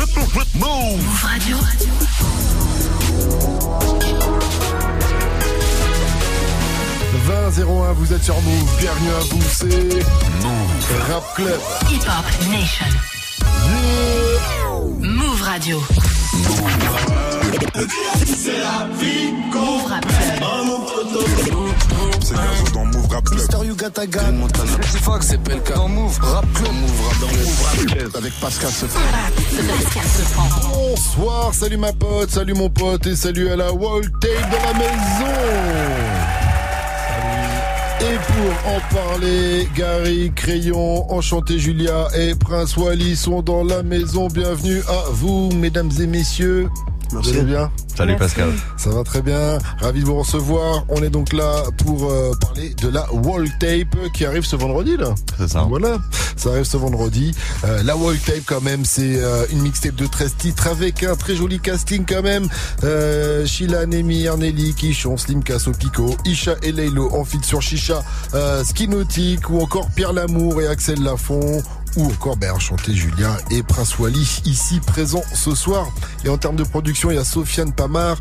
Move Radio. Vous êtes sur Move, bienvenue à vous, c'est Move Rap Club Hip Hop Nation. Move Radio. C'est la vie. Move Rap Club. C'est Gazo dans Move Rap Club. Mister Yugata Gan, Montana. Fox, c'est Pelka. Dans Move Rap Club. Move Rap Club avec Pascal Sefran. Bonsoir, salut ma pote, salut mon pote et salut à la Wall Tape dans la maison. Et pour en parler, Gary, Crayon, Enchanté Julia et Prince Wally sont dans la maison. Bienvenue à vous, mesdames et messieurs. Merci. Vous allez bien ? Salut Pascal. Ça va très bien, ravi de vous recevoir. On est donc là pour parler de la Wall Tape qui arrive ce vendredi là. C'est ça. Voilà, ça arrive ce vendredi. La Wall Tape quand même, c'est une mixtape de 13 titres avec un très joli casting quand même. Sheila, Nemi, Arnelli, Kichon, Slim Casso, Pico, Isha et Laylo en feat sur Chicha, Skinotic ou encore Pierre Lamour et Axel Lafont. Ou encore Enchanté Julien et Prince Wally ici présents ce soir. Et en termes de production, il y a Sofiane Pamar,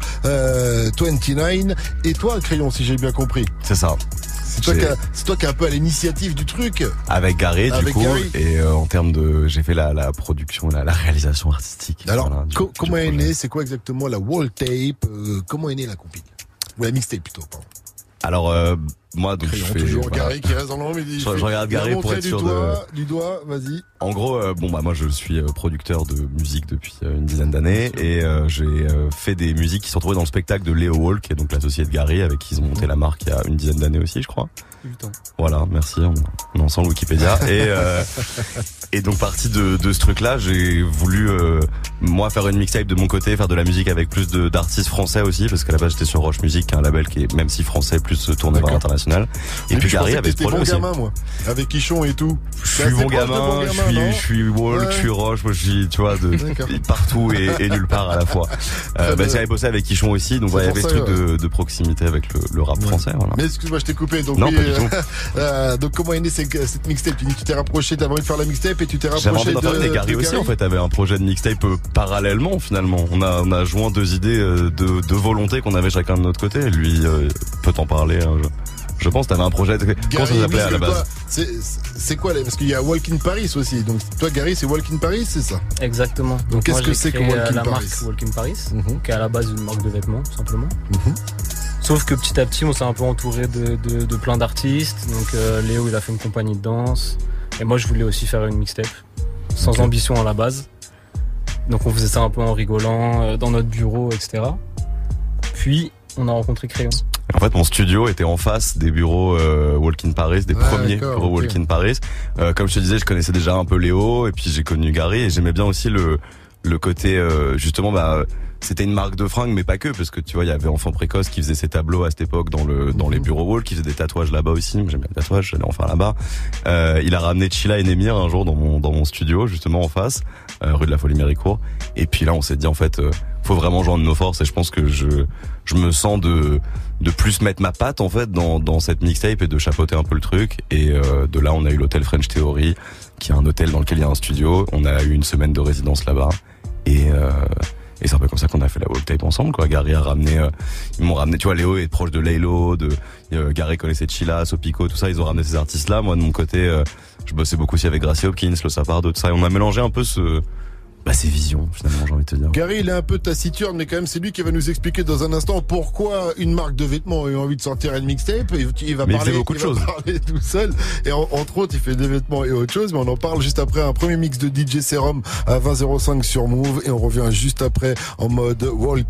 29 et toi Crayon, si j'ai bien compris. C'est ça. C'est toi qui es un peu à l'initiative du truc. Avec Gary du coup. Gary. Et en termes de, j'ai fait la production, la réalisation artistique. Alors voilà, comment est née, c'est quoi exactement la Wall Tape, comment est née la compil ou la mixtape plutôt, pardon. Alors moi donc Crayon, je fais toujours voilà. Gary qui reste dans l'ombre, je regarde Gary pour être sûr du doigt, vas-y. En gros, moi je suis producteur de musique depuis une dizaine d'années et j'ai fait des musiques qui sont retrouvées dans le spectacle de Léo Wall, qui est donc l'associé de Gary, avec qui ils ont monté la marque il y a une dizaine d'années aussi, je crois. 8 ans. Voilà, merci, on en sent le Wikipédia. Et donc parti de ce truc-là, j'ai voulu moi faire une mixtape de mon côté, faire de la musique avec plus d'artistes français aussi, parce qu'à la base j'étais sur Roche Music, qui est un label qui est même si français plus tourné vers l'international. Et puis Gary avait ce projet bon aussi. Gamin, moi, avec Quichon et tout. Je suis bon gamin, je suis Wall, je suis Roche, moi je suis, tu vois, de partout et nulle part à la fois. J'avais bossé avec Quichon aussi, donc il y avait ce truc de proximité avec le rap français. Voilà. Mais excuse-moi, je t'ai coupé. Donc, non, oui, pas du tout. donc comment est née cette mixtape? Tu dis que tu t'es rapproché, t'avais envie de faire la mixtape et tu t'es rapproché de Gary aussi. En fait, avait un projet de mixtape parallèlement finalement. On a joint deux idées, deux volontés qu'on avait chacun de notre côté. Lui peut en parler. Je pense que t'avais un projet. Comment ça s'appelait à la base? C'est quoi parce qu'il y a Walk in Paris aussi. Donc toi Gary, c'est Walk in Paris, c'est ça? Exactement. Donc qu'est-ce que c'est que Walk in la Paris? marque Walk in Paris, qui est à la base une marque de vêtements tout simplement. Sauf que petit à petit, on s'est un peu entouré de plein d'artistes. Donc Léo, il a fait une compagnie de danse. Et moi, je voulais aussi faire une mixtape, sans ambition à la base. Donc on faisait ça un peu en rigolant, dans notre bureau, etc. Puis, on a rencontré Crayon. En fait, mon studio était en face des bureaux Walk in Paris, des premiers bureaux Walk in Paris. Comme je te disais, je connaissais déjà un peu Léo, et puis j'ai connu Gary, et j'aimais bien aussi le côté, justement, c'était une marque de fringues, mais pas que, parce que tu vois, il y avait Enfant Précoce qui faisait ses tableaux à cette époque dans les bureaux Wall, qui faisait des tatouages là-bas aussi. Moi, j'aime bien les tatouages, j'allais en faire là-bas. Il a ramené Chila et Nemir un jour dans mon studio, justement en face, rue de la Folie-Méricourt. Et puis là, on s'est dit, en fait, faut vraiment joindre nos forces, et je pense que je me sens de plus mettre ma patte, en fait, dans cette mixtape et de chapeauter un peu le truc. Et de là, on a eu l'hôtel French Theory, qui est un hôtel dans lequel il y a un studio. On a eu une semaine de résidence là-bas. Et c'est un peu comme ça qu'on a fait la Wall Tape ensemble, quoi. Gary a ramené, ils m'ont ramené, tu vois, Léo est proche de Laylo, Gary connaissait Chila, Sopico, tout ça, ils ont ramené ces artistes-là. Moi, de mon côté, je bossais beaucoup aussi avec Gracie Hopkins, Le Sapardo, tout ça, et on a mélangé un peu ses visions, finalement, j'ai envie de te dire. Gary, il est un peu taciturne, mais quand même, c'est lui qui va nous expliquer dans un instant pourquoi une marque de vêtements a eu envie de sortir une mixtape. Il va parler tout seul. Et entre autres, il fait des vêtements et autre chose, mais on en parle juste après un premier mix de DJ Serum à 20:05 sur Move, et on revient juste après en mode Walk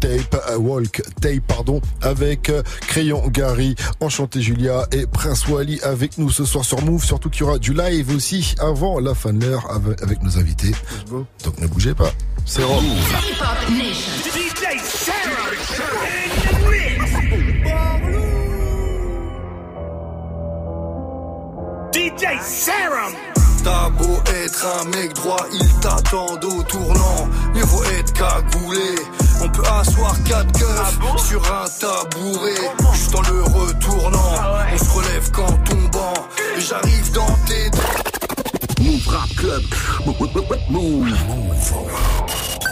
Tape, avec Crayon, Gary, Enchanté Julia et Prince Wally avec nous ce soir sur Move. Surtout qu'il y aura du live aussi avant la fin de l'heure avec nos invités. Donc ne bougez pas. C'est Rome. Hip Hop Nation. DJ Serum in the mix. DJ Serum. T'as beau être un mec droit, il t'attend au tournant. Mieux vaut être cagoulé. On peut asseoir 4 keufs sur un tabouret. Juste en le retournant, on se relève qu'en tombant. Et j'arrive dans tes... Move Rap Club. Move.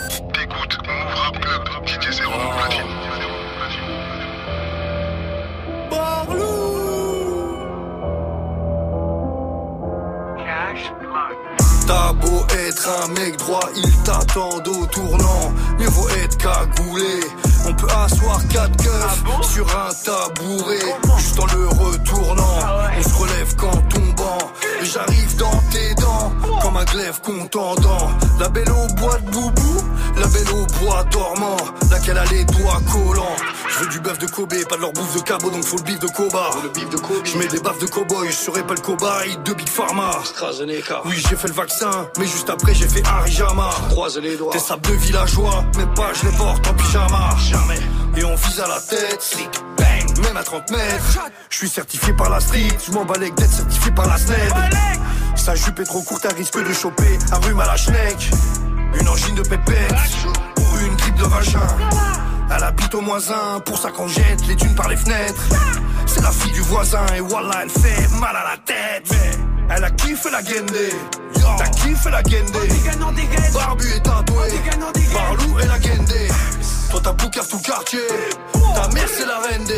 T'as beau être un mec droit, ils t'attendent au tournant. Mieux vaut être cagoulé. On peut asseoir 4 keufs sur un tabouret. Juste en le retournant, on se relève qu'en tombant. Et j'arrive dans tes dents, comme un glaive contendant. La belle au bois de boubou, la belle au bois dormant. Laquelle a les doigts collants. Je veux du bœuf de Kobe, pas de leur bouffe de cabot, donc faut le bif de Koba. Je mets des baffes de cowboy, je serai pas le cobaye de Big Pharma. Oui, j'ai fait le vaccin, mais juste après j'ai fait Harijama. Croise les doigts. Tes sables de villageois, même pas je les porte en pyjama. Jamais. Et on vise à la tête, bang, même à 30 mètres. Je suis certifié par la street, je m'en balèque d'être certifié par la SNED. Sa jupe est trop courte, elle risque de choper un rhume à la schneck. Une angine de pépette, ou une grippe de vagin. Elle habite au -1, pour ça qu'on jette les thunes par les fenêtres. C'est la fille du voisin et voilà elle fait mal à la tête. Elle a kiffé la guende, t'as kiffé la guende. Barbu et tatoué, Barlou et la guende. Toi t'as boucard tout quartier, ta mère c'est la rende.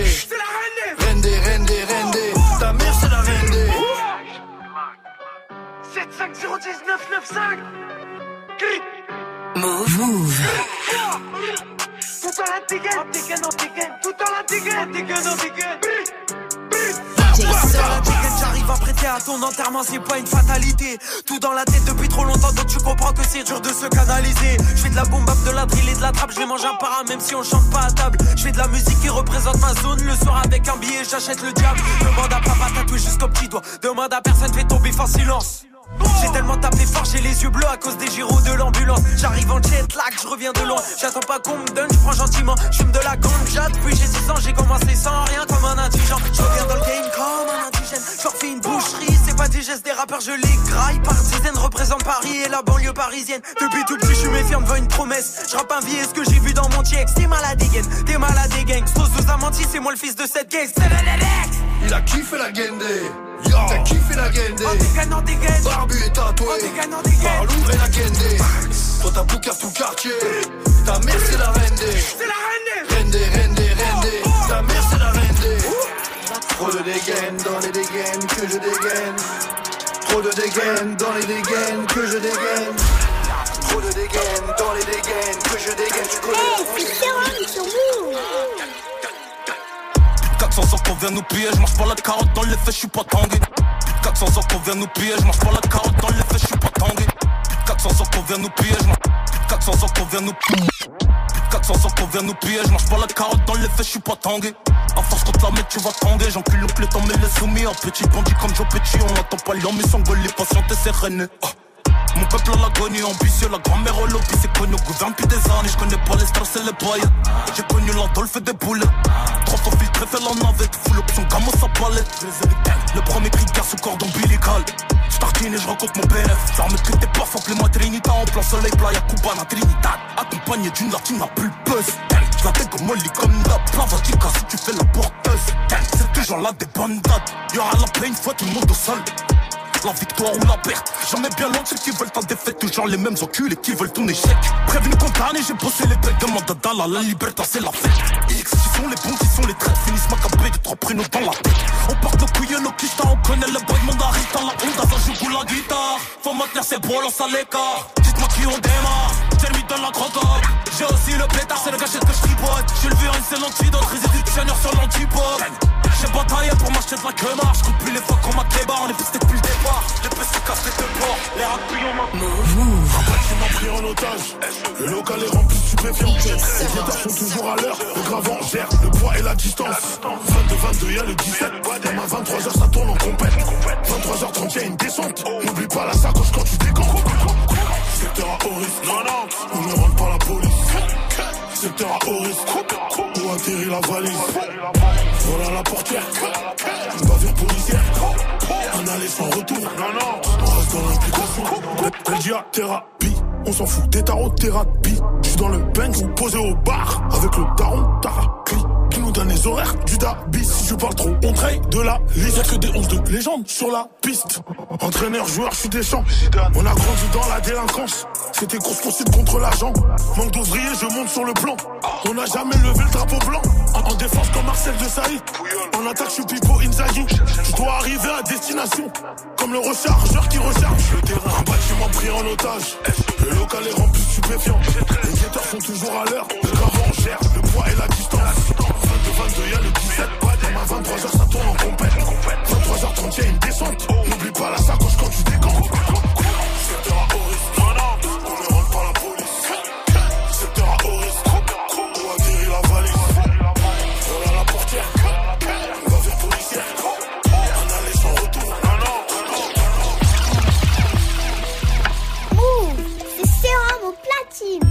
Rende, ta mère c'est la rende. 7501995. Move. Tout en la dégaine, tout en la dégaine. J'arrive à prêter à ton enterrement, c'est pas une fatalité. Tout dans la tête depuis trop longtemps, donc tu comprends que c'est dur de se canaliser. Je fais de la bombe up, de la drill et de la trappe, je les mange un para même si on chante pas à table. Je fais de la musique qui représente ma zone, le soir avec un billet, j'achète le diable. Demande à papa tatoué jusqu'au petit doigt, demande à personne, fais ton bif en silence. J'ai tellement tapé fort, j'ai les yeux bleus à cause des gyros de l'ambulance. J'arrive en jet lag, je reviens de loin. J'attends pas qu'on me donne, je prends gentiment. J'fume de la ganja depuis j'ai 6 ans. J'ai commencé sans rien comme un indigent. Je reviens dans le game comme un indigène. J'en refais une boucherie, c'est pas digeste des rappeurs, je les graille par dizaines. Représente Paris et la banlieue parisienne. Depuis tout petit, je suis méfiant devant une promesse. Je rappe un billet, ce que j'ai vu dans mon TX. T'es malade again, t'es malade et gang. Stos nous a menti, c'est moi le fils de cette gang. Il a kiffé la guende. T'as kiffé la guende. Barbu et tatoué, Barlou et la guende. Toi t'as boucard tout quartier, ta mère c'est la rende. Rende, ta mère c'est la rende. Trop de dégaine dans les dégaines que je dégaine. Trop de dégaine dans les dégaines que je dégaine. Trop de dégaine dans les dégaines que je dégaine. Tu connais. 400 ans qu'on vient nous piller, je mange pas la carotte dans les faits, je suis pas tangué. 400 ans qu'on vient nous piller, je mange pas la carotte dans les faits, je suis pas tangué. 400 ans qu'on vient nous piller, je mange 400 ans qu'on vient nous piller. 400 ans qu'on vient nous piller, je mange pas la carotte dans les faits, je suis pas tangué. À force qu'on te la met, tu vas tanguer, j'encule l'oncle, t'en mets les soumis. Un petit bandit comme Joe Petit, on attend pas l'homme, mais s'envoler, patienter, sereine. Mon peuple a l'agonie, ambitieux, la grand-mère au lobby, c'est connu, gouverne depuis des années, je connais pas les stars, c'est les boys. J'ai connu l'Adolphe et des boulets. 3 fois filtré, fait la navette, full option, gamos à palette. Le premier cri de guerre sous cordon ombilical. J'tartine et je rencontre mon PF. J'arme que t'es pas fuck les mois Trinita en plein soleil, playa, Cubana, Trinidad. Accompagné d'une latine la plus buzz. J'la dégomme molly comme d'hab. La vodka si tu fais la porteuse. C'est toujours là des bonnes dates. Y'aura la paix une fois tout le monde au sol. La victoire ou la perte, jamais bien loin de ceux qui veulent ta défaite. Toujours les mêmes enculés qui veulent ton échec. Prévenu condamné, j'ai bossé les bêtes. Demande à Dalla, la liberté c'est la fête. X, qui sont les bons, qui sont les traîtres. Finissent macabé de 3 prénoms dans la tête. On porte nos couilles et nos quiches, on connaît le boy, mon arrête dans la honte. Avant je joue la guitare, faut maintenir ses bolos à l'écart. Dites-moi qui on démarre, j'ai mis dans la drogue. J'ai aussi le pétard, c'est le gâchette que je tripote. J'ai le virus, c'est l'antidote, résidutionneur sur l'antipode. J'ai bataillé pour m'acheter de la queue-marche. Je compte plus les fois qu'on m'a clébar, on est pisté depuis le départ. Les PC cassent les deux ports, les racouilles en main. Après tu m'as pris en otage, le local est rempli de stupéfiants. Les guetteurs sont toujours à l'heure, le gravant gère le poids et la distance. 22, y'a le 17, même à 23h ça tourne en compète. 23h30 y'a une descente, n'oublie pas la sacoche quand tu décomptes. Secteur à haut risque, on ne rentre pas la police. Secteur à haut risque, où atterrit la valise. Voilà la portière, une bavure policière. Un aller sans retour, on reste dans l'implication. Elle dit à thérapie, on s'en fout des tarots de thérapie. J'suis dans le Banks, posé au bar, avec le daron Taracli. Qui nous donne les horaires du Dabis. Si je parle trop, on traite de la liste. Y'a que des 11 de légende sur la piste. Entraîneur, joueur, j'suis des champs. On a grandi dans la délinquance. C'était course poursuite contre l'argent. Manque d'ouvriers, je monte sur le plan. On n'a jamais levé le drapeau blanc. En défense comme Marcel de Saïd. En attaque, je suis Pipo Inzaghi. Je dois arriver à destination. Comme le rechargeur qui recharge le terrain. Un bâtiment pris en otage. Le local est rempli de stupéfiants. Les guetteurs sont toujours à l'heure. Le gravant en chair, le poids et la distance. 22, y'a le 17. Même à 23h, ça tourne en compète. 23h30, y'a une descente. N'oublie pas la sacoche quand tu décantes. Secteur à haut risque. On ne rentre pas la police. Secteur à haut risque. On atterrit la valise. Voilà la portière. On va vers policière. Un aller sans retour. Ouh, c'est sérum au platine.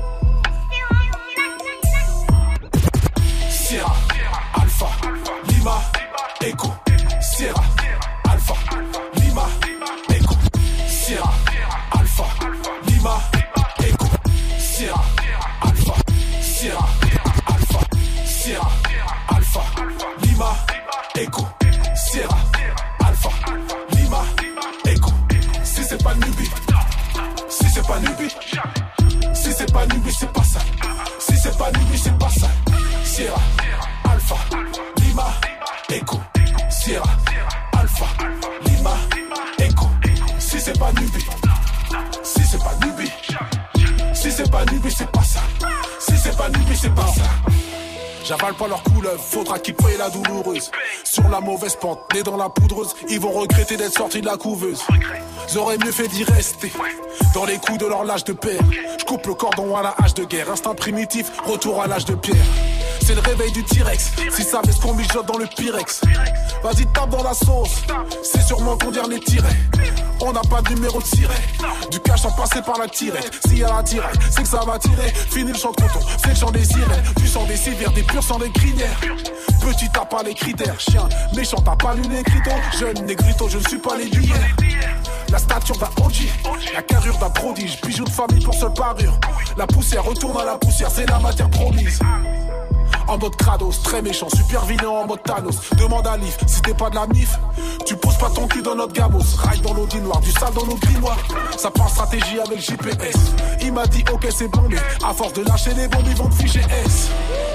Sierra, Alpha, Lima, Echo. Sierra, Alpha, Lima, Echo. Sierra, Alpha, Lima, Echo. Sierra, Alpha, Sierra, Alpha, Sierra, Alpha, Lima, Echo. Sierra, Alpha, Lima, Echo. Si c'est pas Nubi, si c'est pas Nubi, si c'est pas Nubi, c'est pas ça. Si c'est pas Nubi, c'est pas ça. Sierra, Alpha, Lima, Echo. Sierra, Alpha, Lima, Echo. Si c'est pas Nubi, si c'est pas Nubi, si c'est pas Nubi, c'est pas ça. Si c'est pas Nubi, c'est pas ça. J'avale pas leur couleuvre, faudra qu'ils payent la douloureuse. Sur la mauvaise pente, nés dans la poudreuse, ils vont regretter d'être sortis de la couveuse. J'aurais mieux fait d'y rester, dans les coups de leur lâche de père. Je coupe le cordon à la hache de guerre, instinct primitif, retour à l'âge de pierre. C'est le réveil du T-Rex, si ça fait ce qu'on mijote dans le Pyrex. Vas-y tape dans la sauce, c'est sûrement ton dernier tiret. On n'a pas de numéro de siret, du cash sans passer par la tirette. S'il y a la tirette, c'est que ça va tirer. Fini le chant de coton, c'est le chant des sirènes. Du sang des civières, des purs sang des crinières. Petit t'as pas les critères, chien méchant t'as pas lu les critons. Jeune négrito, je ne suis pas les billets. La stature d'un OG, la carrure d'un prodige. Bijoux de famille pour seule parure. La poussière retourne à la poussière, c'est la matière promise. En mode Kratos, très méchant, super vilain en mode Thanos. Demande à Leaf, si t'es pas de la mif, tu poses pas ton cul dans notre gamos. Ride dans l'audi noir, du sale dans nos grimoires. Ça part stratégie avec JPS. Il m'a dit ok c'est bon mais à force de lâcher les bombes ils vont te ficher S.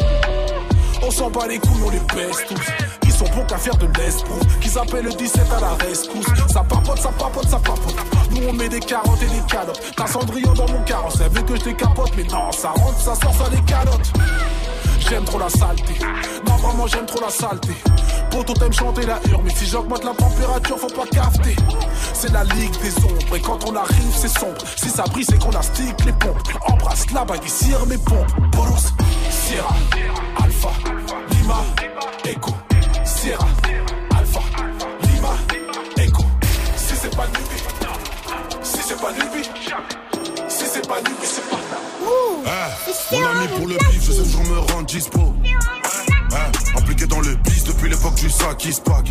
On s'en bat les couilles, on les baisse tous. Ils sont bons qu'à faire de l'esbrouf, qu'ils appellent le 17 à la rescousse. Ça papote, ça papote, ça papote. Nous on met des carottes et des calottes. T'as Cendrillon dans mon carrosse, elle veut que je les capote. Mais non, ça rentre, ça sort, ça les calotte. J'aime trop la saleté, non vraiment j'aime trop la saleté. Poto t'aimes chanter la hurle, mais si j'augmente la température faut pas cafeter. C'est la ligue des ombres et quand on arrive c'est sombre. Si ça brille c'est qu'on a stick les pompes. Embrasse la bague et cire mes pompes. Boros, Sierra, Alpha, Lima, Echo. Sierra, Alpha, Lima, Echo. Si c'est pas Nubi, si c'est pas Nubi, si c'est pas Nubi, c'est pas. Mon ami pour le bif, je sais toujours me rendre dispo. Impliqué dans le bis depuis l'époque du sac qui se pack.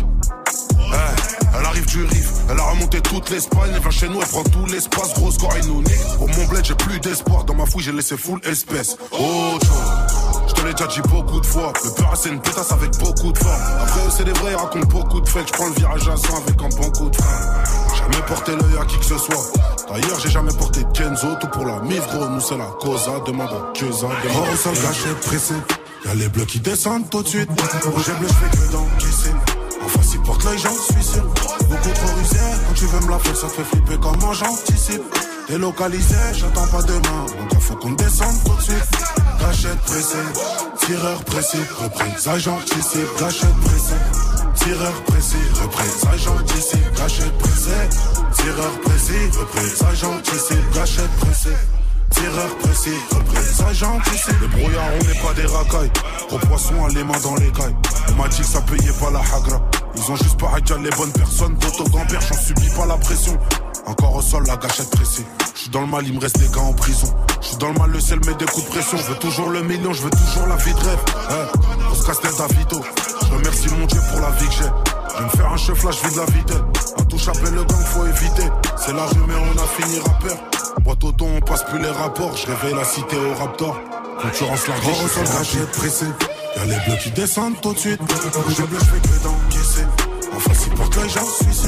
Elle arrive du riff, elle a remonté toute l'Espagne. Elle vient chez nous, elle prend tout l'espace. Gros score, elle nous nique. Au Mont Bled, j'ai plus d'espoir. Dans ma fouille, j'ai laissé full espèce. Oh, je te l'ai déjà dit beaucoup de fois. Le peur, c'est une pétasse avec beaucoup de forme. Après eux, c'est des vrais, ils racontent beaucoup de fakes. Je prends le virage à 100 avec un bon coup de frein. Jamais porté l'œil à qui que ce soit. D'ailleurs, j'ai jamais porté de Kenzo. Tout pour la mif, gros. Nous, c'est la causa. Demande à Keza. Oh, ça le gâchette pressé. Y'a les bleus qui descendent tout de suite. Rouge et bleu, j'fais que d'encaisser. En face, ils portent l'œil, j'en suis sûr. Beaucoup trop rusé. Quand tu veux me la faire, ça te fait flipper comment j'anticipe. Délocalisé, j'attends pas demain. Donc, il faut qu'on descende tout de suite. Gâchette pressée. Tireur pressé. Représailles, j'anticipe. Gâchette pressée. Tireur pressé. Représailles, j'anticipe. Gâchette pressée. Tireur pressé. Représailles, j'anticipe. Gâchette pressée. Tireur précis, représailles, j'anticipe. Les brouillards, on n'est pas des racailles. Gros poisson à les mains dans les cailles. On m'a dit que ça payait pas la hagra. Ils ont juste pas hackal les bonnes personnes. D'auto Gambert, j'en subis pas la pression. Encore au sol, la gâchette pressée. J'suis dans le mal, il me reste des gars en prison. J'suis dans le mal, le ciel met des coups de pression. J'veux toujours le million, j'veux toujours la vie de rêve. On se casse tête à Vito. J'remercie mon Dieu pour la vie que j'ai. Je vais me faire un chef là, je vis de la vitesse. Un touche appelle le gang, faut éviter. C'est la rue, mais on a fini rappeur. Boîte au ton, on passe plus les rapports. Je réveille la cité au Raptor. Concurrence la grosse, au sol, gâchette pressée. Y'a les bleus qui descendent tout de suite. Rouge et bleu, j'fais que d'encaisser. En face, ils portent l'œil, j'en suis sûr.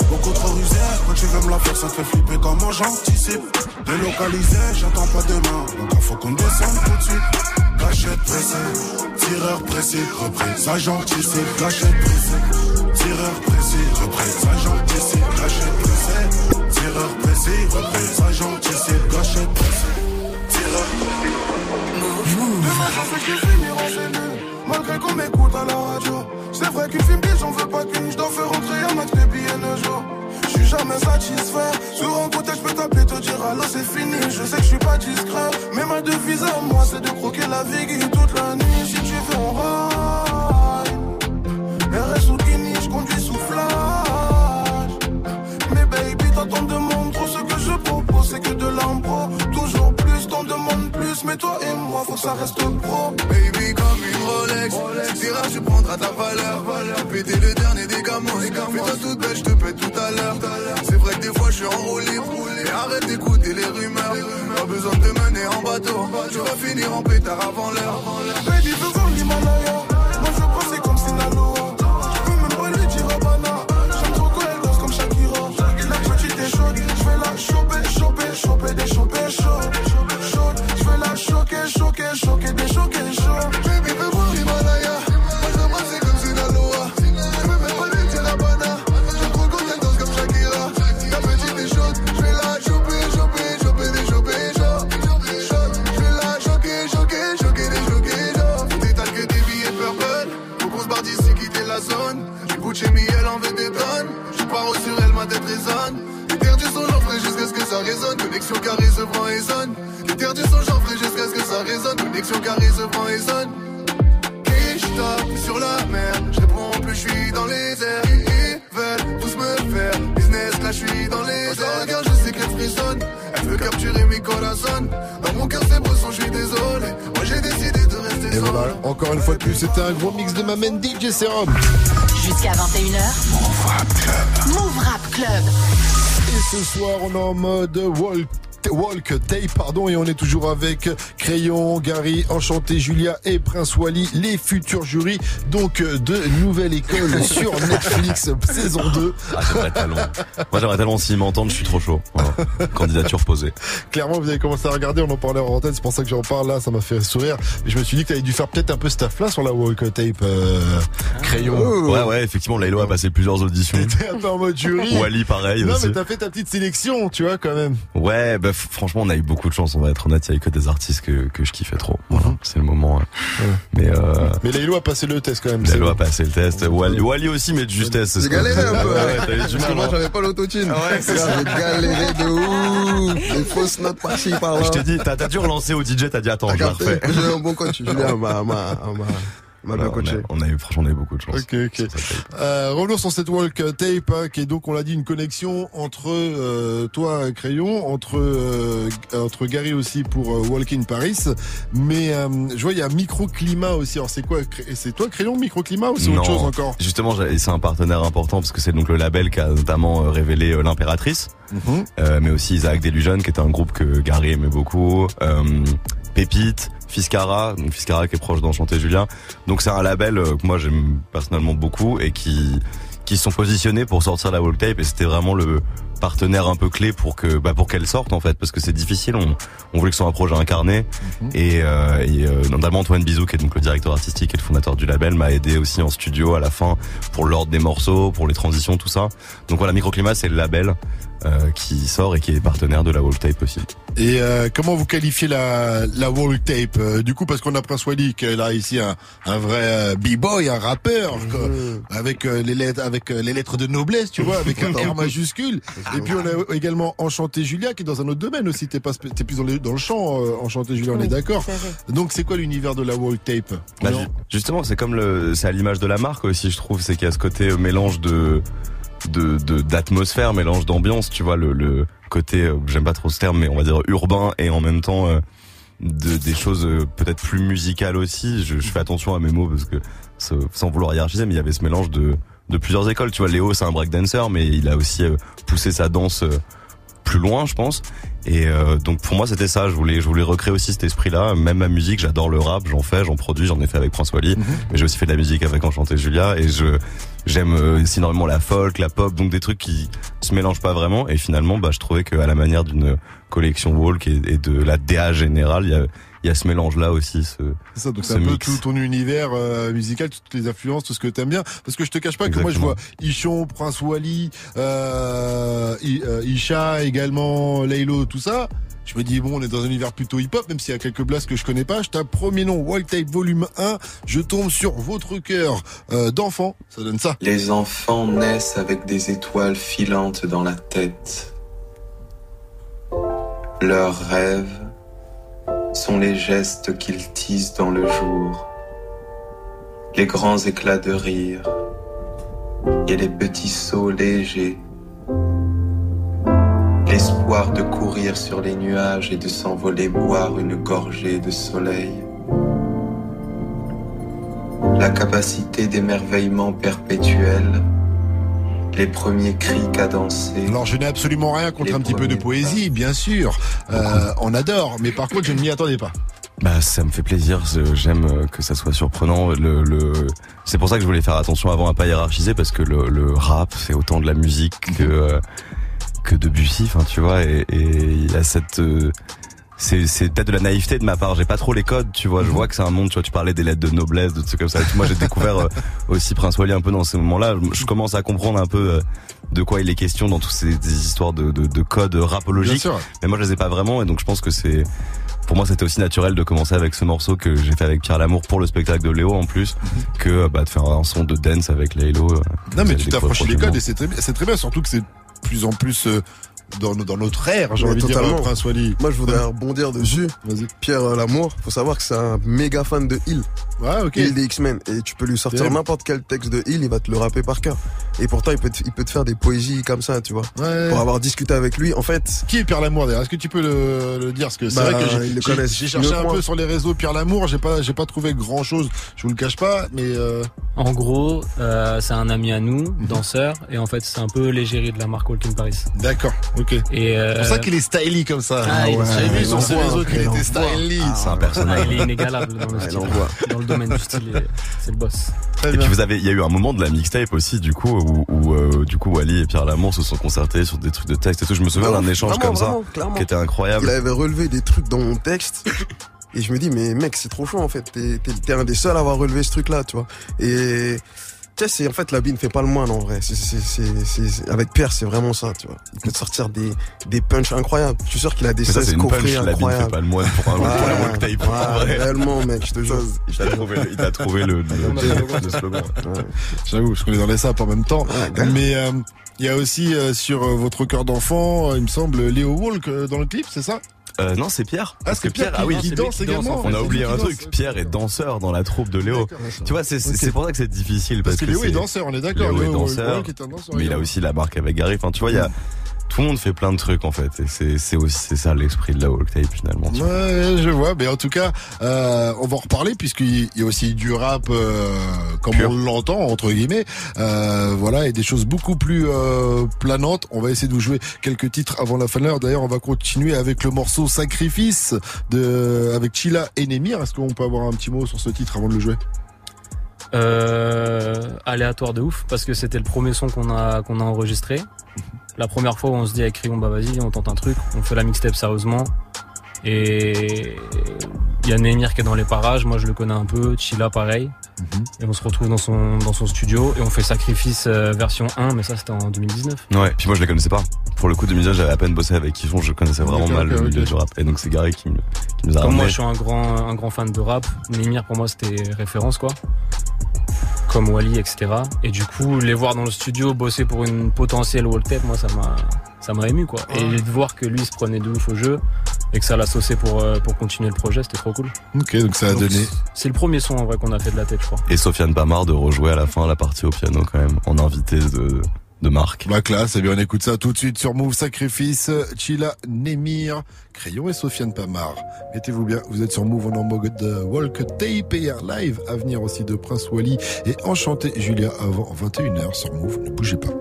Beaucoup trop rusé, quand tu veux me la faire, ça te fait flipper comment j'anticipe. Délocalisé, j'attends pas demain, donc faut qu'on descende tout de suite. Gâchette pressée, tireur précis, reprise, agent anticipe. Gâchette pressée, tireur précis, reprise, agent anticipe. Gâchette pressée, tireur précis, reprise, agent anticipe. Gâchette pressée, tireur précis. Demain j'en sais que je finis renseigné, malgré qu'on m'écoute à la radio. C'est vrai qu'une film j'en veux pas qu'une, je dois faire rentrer un max de billets de jour. Je suis jamais satisfait, sur un côté je peux t'appeler, te dire allô c'est fini. Je sais que je suis pas discret, mais ma devise à moi c'est de croquer la vie toute la nuit. Si tu veux on ride, RS ou Guinée, je conduis sous flash. Mais baby toi t'en demandes trop, ce que je propose c'est que de l'impro. Toujours plus, t'en demandes plus, mais toi et moi faut que ça reste pro. Baby comme une Rolex, tu diras tu prendras ta valeur. Péter le dernier des gamins, fais-toi toute belle, je te pète tout à l'heure. C'est vrai que des fois je suis en roue libre, mais arrête d'écouter les rumeurs. Pas besoin de te mener en bateau, tu vas finir en pétard avant l'heure. Baby veux voir l'Himalaya, moi je pense c'est comme Sinaloa. Je peux même pas lui dire Habana, j'aime trop quand elle danse comme Shakira. La petite est chaude, je vais la choper, des choper chaudes. Je vais la choquer, des choquer chaudes. Baby veux voir l'Himalaya, moi je pense c'est comme Sinaloa. Je peux même pas lui dire Habana, j'aime trop quand elle danse comme Shakira. La petite est chaude, je vais la choper, des choper chaudes. Je vais la choquer, des choquer chaudes. Détale que des billets purple, faut qu'on se barre d'ici, quitter la zone. J'écoute chez Miel, en veut des tonnes. Je pars sur elle, ma tête résonne. L'éther du son, j'en ferai jusqu'à ce que ça résonne. Connexion carrée, se prend et sonne. L'éther du son, j'en ferai jusqu'à ce que ça résonne. Connexion carrée, se prend et sonne. Et je tape sur la mer, je réponds plus, je suis dans les airs. Ils veulent tous me faire business, là je suis dans les airs. Regarde, je sais qu'elle frissonne, elle veut capturer mes corazones. Dans mon cœur c'est bresson, je suis désolé. Moi j'ai décidé de rester et seul. voilà, encore une fois de plus, c'était un gros mix de ma main DJ Serum. Jusqu'à 21h. Move Rap Club. Et ce soir, on est en mode Walk Tape, pardon, et on est toujours avec Crayon, Gary, Enchanté, Julia et Prince Wally, les futurs jurys, donc de Nouvelle École sur Netflix, saison 2. Ah, j'aimerais tellement. Moi, j'aimerais tellement s'ils m'entendent, je suis trop chaud. Voilà. Candidature posée. Clairement, vous avez commencé à regarder, on en parlait en antenne, c'est pour ça que j'en parle là, ça m'a fait sourire. Mais je me suis dit que t'avais dû faire peut-être un peu ce taf là sur la Walk Tape, Crayon. Ouais, effectivement, Laylo a passé plusieurs auditions. T'étais un peu en mode jury. Wally, pareil. Non, aussi. mais t'as fait ta petite sélection, tu vois, quand même. Ouais, bah, franchement, on a eu beaucoup de chance, on va être honnête, il y avait que des artistes que je kiffais trop. Voilà, c'est le moment. Mais Laylo a passé le test quand même. Laylo a passé le test. Wally aussi, mais de justesse. J'ai galéré un peu. Ouais, t'as eu du Parce que mal. moi j'avais pas l'autotune. Ouais, c'est ça. J'ai galéré de ouf. Des fausses notes par-ci par-là. Je t'ai dit, t'as dû relancer au DJ, t'as dit attends, je la refais. J'ai un bon coach, Julien m'a bien coaché. Franchement, on a eu beaucoup de chance. Ok. Revenons sur cette Walk Tape, hein, qui est donc, on l'a dit, une connexion entre toi, Crayon, entre Gary aussi pour Walk in Paris. Mais je vois, il y a Microclimat aussi. Alors c'est quoi? C'est toi, Crayon, Microclimat, ou c'est autre chose encore? Justement, c'est un partenaire important parce que c'est donc le label qui a notamment révélé l'Impératrice, mais aussi Isaac Delusion, qui était un groupe que Gary aimait beaucoup. Pépite, Fiskara qui est proche d'Enchanté Julien. Donc c'est un label que moi j'aime personnellement beaucoup et qui sont positionnés pour sortir la Walk Tape, et c'était vraiment le partenaire un peu clé pour qu'elle sorte en fait, parce que c'est difficile. On voulait que ce soit un projet incarné, et notamment Antoine Bizou, qui est donc le directeur artistique et le fondateur du label, m'a aidé aussi en studio à la fin pour l'ordre des morceaux, pour les transitions, tout ça. Donc voilà, Microclimat, c'est le label qui sort et qui est partenaire de la Walk Tape aussi. Et comment vous qualifiez la Walk Tape, du coup, parce qu'on a Prince Wally qui est là ici un vrai b-boy, un rappeur, avec les lettres de noblesse, tu vois, avec un R majuscule. Et puis on a également Enchanté Julia qui est dans un autre domaine aussi. T'es plus dans le chant, Enchanté Julia, on est d'accord. Donc c'est quoi l'univers de la Walk Tape? Justement, c'est c'est à l'image de la marque aussi, je trouve, c'est qu'il y a ce côté mélange d'atmosphère, mélange d'ambiance, tu vois, le côté, j'aime pas trop ce terme, mais on va dire urbain, et en même temps des choses peut-être plus musicales aussi. Je fais attention à mes mots parce que sans vouloir hiérarchiser, mais il y avait ce mélange de plusieurs écoles, tu vois. Léo, c'est un breakdancer, mais il a aussi poussé sa danse plus loin, je pense. Et donc pour moi c'était ça, je voulais recréer aussi cet esprit-là. Même ma musique, j'adore le rap, j'en produis, j'en ai fait avec Prince Wally, mais j'ai aussi fait de la musique avec Enchanté Julia, et j'aime aussi énormément la folk, la pop, donc des trucs qui se mélangent pas vraiment. Et finalement, je trouvais qu'à la manière d'une collection Walk et de la DA générale, il y a ce mélange-là aussi. C'est ça, donc c'est un peu tout ton univers musical, toutes les influences, tout ce que t'aimes bien. Parce que je te cache pas que moi je vois Ichon, Prince Wally, Isha également, Laylo, tout ça. Je me dis bon, on est dans un univers plutôt hip-hop, même s'il y a quelques blasts que je connais pas. Je tape premier nom, Walk Tape Volume 1. Je tombe sur votre cœur d'enfant. Ça donne ça. Les enfants naissent avec des étoiles filantes dans la tête. Leurs rêves sont les gestes qu'ils tissent dans le jour, les grands éclats de rire et les petits sauts légers, l'espoir de courir sur les nuages et de s'envoler boire une gorgée de soleil, la capacité d'émerveillement perpétuel, les premiers cris cadencés. Alors je n'ai absolument rien contre un petit peu de poésie, bien sûr. On adore, mais par contre je ne m'y attendais pas. Ça me fait plaisir, j'aime que ça soit surprenant. C'est pour ça que je voulais faire attention avant à pas hiérarchiser, parce que le rap c'est autant de la musique que Debussy, enfin tu vois, et il y a cette c'est peut-être de la naïveté de ma part, j'ai pas trop les codes, tu vois, je vois que c'est un monde, tu vois, tu parlais des lettres de noblesse, de trucs comme ça. Moi j'ai découvert aussi Prince Wally un peu dans ces moments-là, je commence à comprendre un peu de quoi il est question dans toutes ces histoires de codes rapologiques, mais moi je les ai pas vraiment, et donc je pense que pour moi c'était aussi naturel de commencer avec ce morceau que j'ai fait avec Pierre Lamour pour le spectacle de Léo en plus, que de faire un son de dance avec Laylo. Non mais tu t'approches les codes et c'est très bien, surtout que c'est de plus en plus dans notre ère, j'ai envie de dire, Prince Wally. Moi je voudrais rebondir dessus. Vas-y. Pierre Lamour, faut savoir que c'est un méga fan de Hill. Ouais, ok. Hill des X-Men, et tu peux lui sortir n'importe quel texte de Hill, il va te le rapper par cœur. Et pourtant il peut te faire des poésies comme ça, tu vois. Ouais. Pour avoir discuté avec lui, en fait. Qui est Pierre Lamour d'ailleurs? Est-ce que tu peux le dire? Parce que c'est vrai que j'ai cherché un peu sur les réseaux Pierre Lamour, j'ai pas trouvé grand chose, je vous le cache pas, mais en gros, c'est un ami à nous, danseur, et en fait c'est un peu l'égérie de la marque Walk in Paris. D'accord, ok. Et c'est pour ça qu'il est styly comme ça. J'ai vu sur ses réseaux qu'il était styly. C'est un personnage. Il est inégalable dans le style. Dans le domaine du style, c'est le boss. Et puis il y a eu un moment de la mixtape aussi, du coup, où du coup Wally et Pierre Lamour se sont concertés sur des trucs de texte et tout. Je me souviens d'un échange comme ça, qui était incroyable. Il avait relevé des trucs dans mon texte. Et je me dis, mais mec, c'est trop chaud, en fait. T'es un des seuls à avoir relevé ce truc-là, tu vois. Et, tu sais, en fait, la bille ne fait pas le moine, en vrai. Avec Pierre, c'est vraiment ça, tu vois. Il peut te sortir des punchs incroyables. Je suis sûr qu'il a des 16 coffrets incroyables. La bille ne fait pas le moine pour un walk tape. Réellement, mec, je te jure. Il t'a trouvé le slogan. J'avoue, parce qu'on est dans les sapes en même temps. Mais, il y a aussi, sur votre cœur d'enfant, il me semble, Léo Walk dans le clip, c'est ça? Non, c'est Pierre. Parce que Pierre, qui danse également. On a oublié un truc. Pierre est danseur dans la troupe de Léo. Tu vois, c'est pour ça que c'est difficile. Parce que Léo est danseur, on est d'accord. Léo est danseur. Mais il a aussi la marque avec Gary. Enfin, tu vois, tout le monde fait plein de trucs en fait, et c'est ça l'esprit de la walk tape finalement. Ouais, je vois, mais en tout cas, on va en reparler puisqu'il y a aussi du rap comme pur. On l'entend entre guillemets, voilà, et des choses beaucoup plus planantes. On va essayer de vous jouer quelques titres avant la fin de l'heure. D'ailleurs, on va continuer avec le morceau Sacrifice avec Chila et Némir. Est-ce qu'on peut avoir un petit mot sur ce titre avant de le jouer? Aléatoire de ouf, parce que c'était le premier son qu'on a enregistré. La première fois où on se dit avec Rion, vas-y, on tente un truc, on fait la mixtape sérieusement. Et il y a Némir qui est dans les parages, moi je le connais un peu, Chila pareil. Et on se retrouve dans son studio et on fait Sacrifice version 1, mais ça c'était en 2019. Ouais, puis moi je les connaissais pas. Pour le coup, 2019, j'avais à peine bossé avec Kiffon, je connaissais vraiment mal le milieu du rap. Et donc c'est Gary qui nous a ramené. Comme moi je suis un grand fan de rap, Némir pour moi c'était référence quoi. Comme Wally, etc. Et du coup, les voir dans le studio bosser pour une potentielle walk tape, moi ça m'a ému quoi. Et de voir que lui se prenait de ouf au jeu et que ça l'a saucé pour continuer le projet, c'était trop cool. Ok, donc ça a donné. C'est le premier son en vrai qu'on a fait de la tête, je crois. Et Sofiane Pamar de rejouer à la fin la partie au piano quand même, en invité de marque. La classe, et bien on écoute ça tout de suite sur Move. Sacrifice, Chila, Némir, Crayon et Sofiane Pamar. Mettez-vous bien, vous êtes sur Move, on est en mode de Walk Tape et live à venir aussi de Prince Wally et Enchanté Julia avant 21h sur Move, ne bougez pas.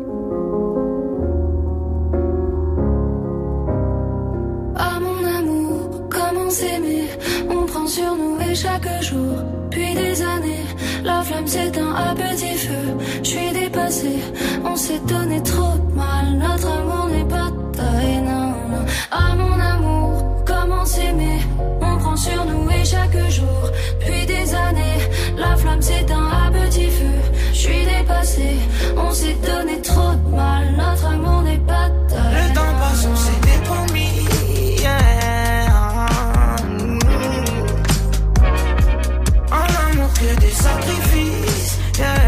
Ah mon amour, comment s'aimer, on prend sur nous et chaque jour, puis des années, La flamme s'éteint à petit feu. Je suis dépassée, on s'est donné trop de mal. Notre amour n'est pas taille, non, non. Ah mon amour, comment s'aimer? On prend sur nous et chaque jour, depuis des années, la flamme s'éteint à petit feu. Je suis dépassée, on s'est donné trop de mal. Notre amour n'est pas taille. Le temps passe, on s'était promis, yeah. En amour que des sacrifices, yeah.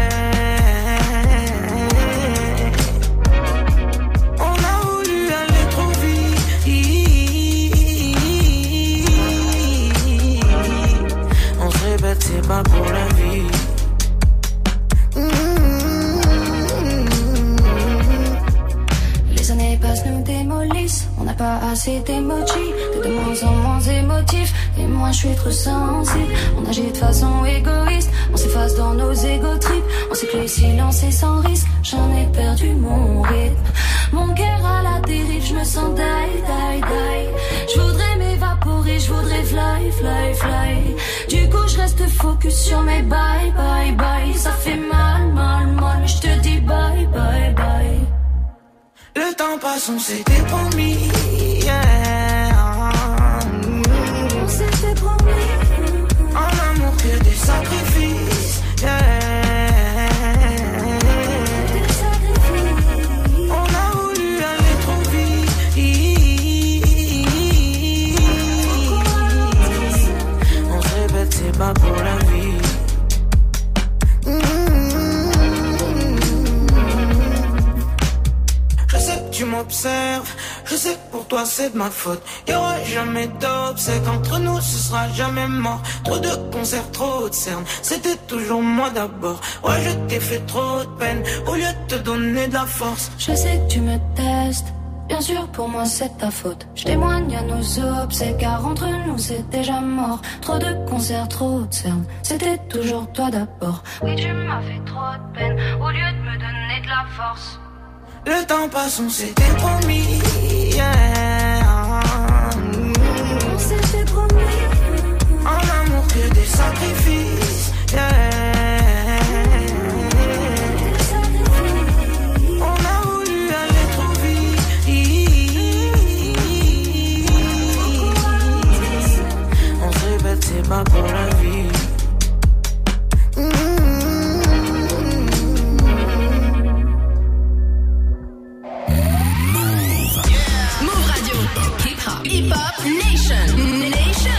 C'est pas pour la vie. Les années passent, nous démolissent. On n'a pas assez d'émojis, t'es de moins en moins émotif. Et moi je suis trop sensible. On agit de façon égoïste. On s'efface dans nos égo-trips. On sait que le silence est sans risque. J'en ai perdu mon rythme. Mon cœur à la dérive, je me sens die, die, die. Je voudrais m'évaporer, je voudrais fly, fly, fly. Du coup je reste focus sur mes bye, bye, bye. Ça fait mal, mal, mal, mais je te dis bye, bye, bye. Le temps passe, on s'était promis, yeah. On s'était promis. En amour que des sacrifices, yeah. Pas pour la vie. Je sais que tu m'observes, je sais que pour toi c'est de ma faute. Y'aura jamais d'obsèques entre nous, ce sera jamais mort. Trop de concerts, trop de cernes, c'était toujours moi d'abord. Ouais, je t'ai fait trop de peine, au lieu de te donner de la force. Je sais que tu me testes. Bien sûr, pour moi c'est ta faute. Je témoigne à nos obsèques, car entre nous c'est déjà mort. Trop de concerts, trop de cernes, c'était toujours toi d'abord. Oui, tu m'as fait trop de peine, au lieu de me donner de la force. Le temps passe, on s'était promis, yeah. On s'était promis. En amour que des sacrifices, yeah. C'est pas pour la vie. Move Radio, Hip Hop Nation.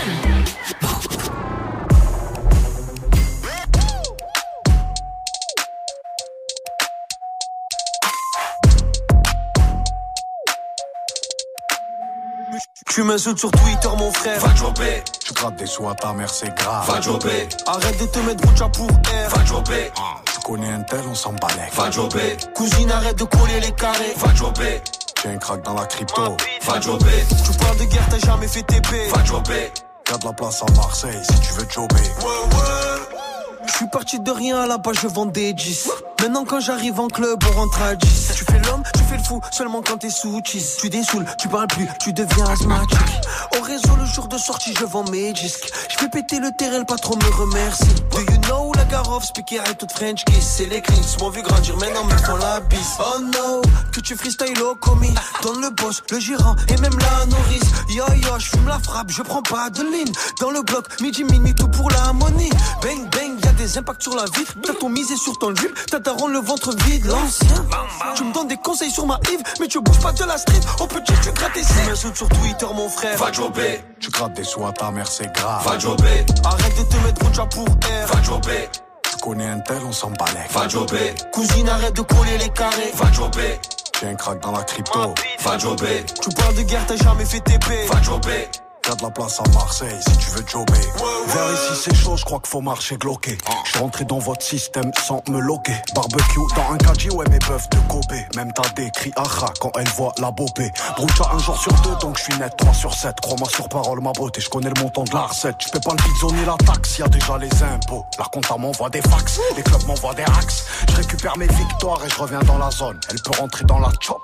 Tu m'insultes sur Twitter, mon frère. Va jobber. Tu grattes des sous à ta mère, c'est grave. Va jobber. Arrête de te mettre Boucha pour air. Va jobber. Tu connais un tel, on s'en balèque. Va jobber. Cousine, arrête de coller les carrés. Va jobber. J'ai un crack dans la crypto. Va jobber. Tu parles de guerre, t'as jamais fait TP. Va jobber. Y'a de la place à Marseille si tu veux jobber. Je suis parti de rien à la base, je vends des 10. Maintenant quand j'arrive en club, on rentre à 10. Tu fais l'homme, tu fais le fou, seulement quand t'es sous cheese. Tu dessoules, tu parles plus, tu deviens asthmatique. Au réseau, le jour de sortie, je vends mes disques. Je fais péter le terrain, le patron me remercie. Do you know la Garov, speaker et toute French kiss. C'est les cleans, m'ont vu grandir, maintenant me font la bise. Oh no, que tu freestyle au commis. Donne le boss, le gérant et même la nourrice. Yo yo, je fume la frappe, je prends pas de ligne. Dans le bloc, midi, minuit, tout pour l'harmonie. Bang bang, y'a des impacts sur la vitre. T'as ton misé sur ton jupe, t'as ta ronde le ventre vide, l'ancien. Tu me donnes des conseils sur ma Yves, mais tu bouges pas de la street. Au petit, tu grattes tes seins. M'insulte sur Twitter, mon frère. Va jobber. Tu grattes des sous à ta mère, c'est grave. Va jobber. Arrête de te mettre Boucha pour air. Va jobber. Tu connais un tel, on s'en balèque. Va jobber. Cousine, arrête de coller les carrés. Va jobber. J'ai un crack dans la crypto. Va jobber. Tu parles de guerre, t'as jamais fait TP. Va jobber. Y'a de la place à Marseille si tu veux jobber. Vers ici c'est chaud, je crois qu'il faut marcher gloqué. Je suis rentré dans votre système sans me loquer. Barbecue dans un caddie, ouais mes peuvent te coper. Même t'as des cris aha quand elle voit la bopée. Broucha un jour sur deux donc je suis net 3 sur 7. Crois-moi sur parole ma beauté, je connais le montant de la recette. Je fais pas le big ni la taxe, y'a déjà les impôts. La compta m'envoie des fax, les clubs m'envoient des racks. Je récupère mes victoires et je reviens dans la zone. Elle peut rentrer dans la chop,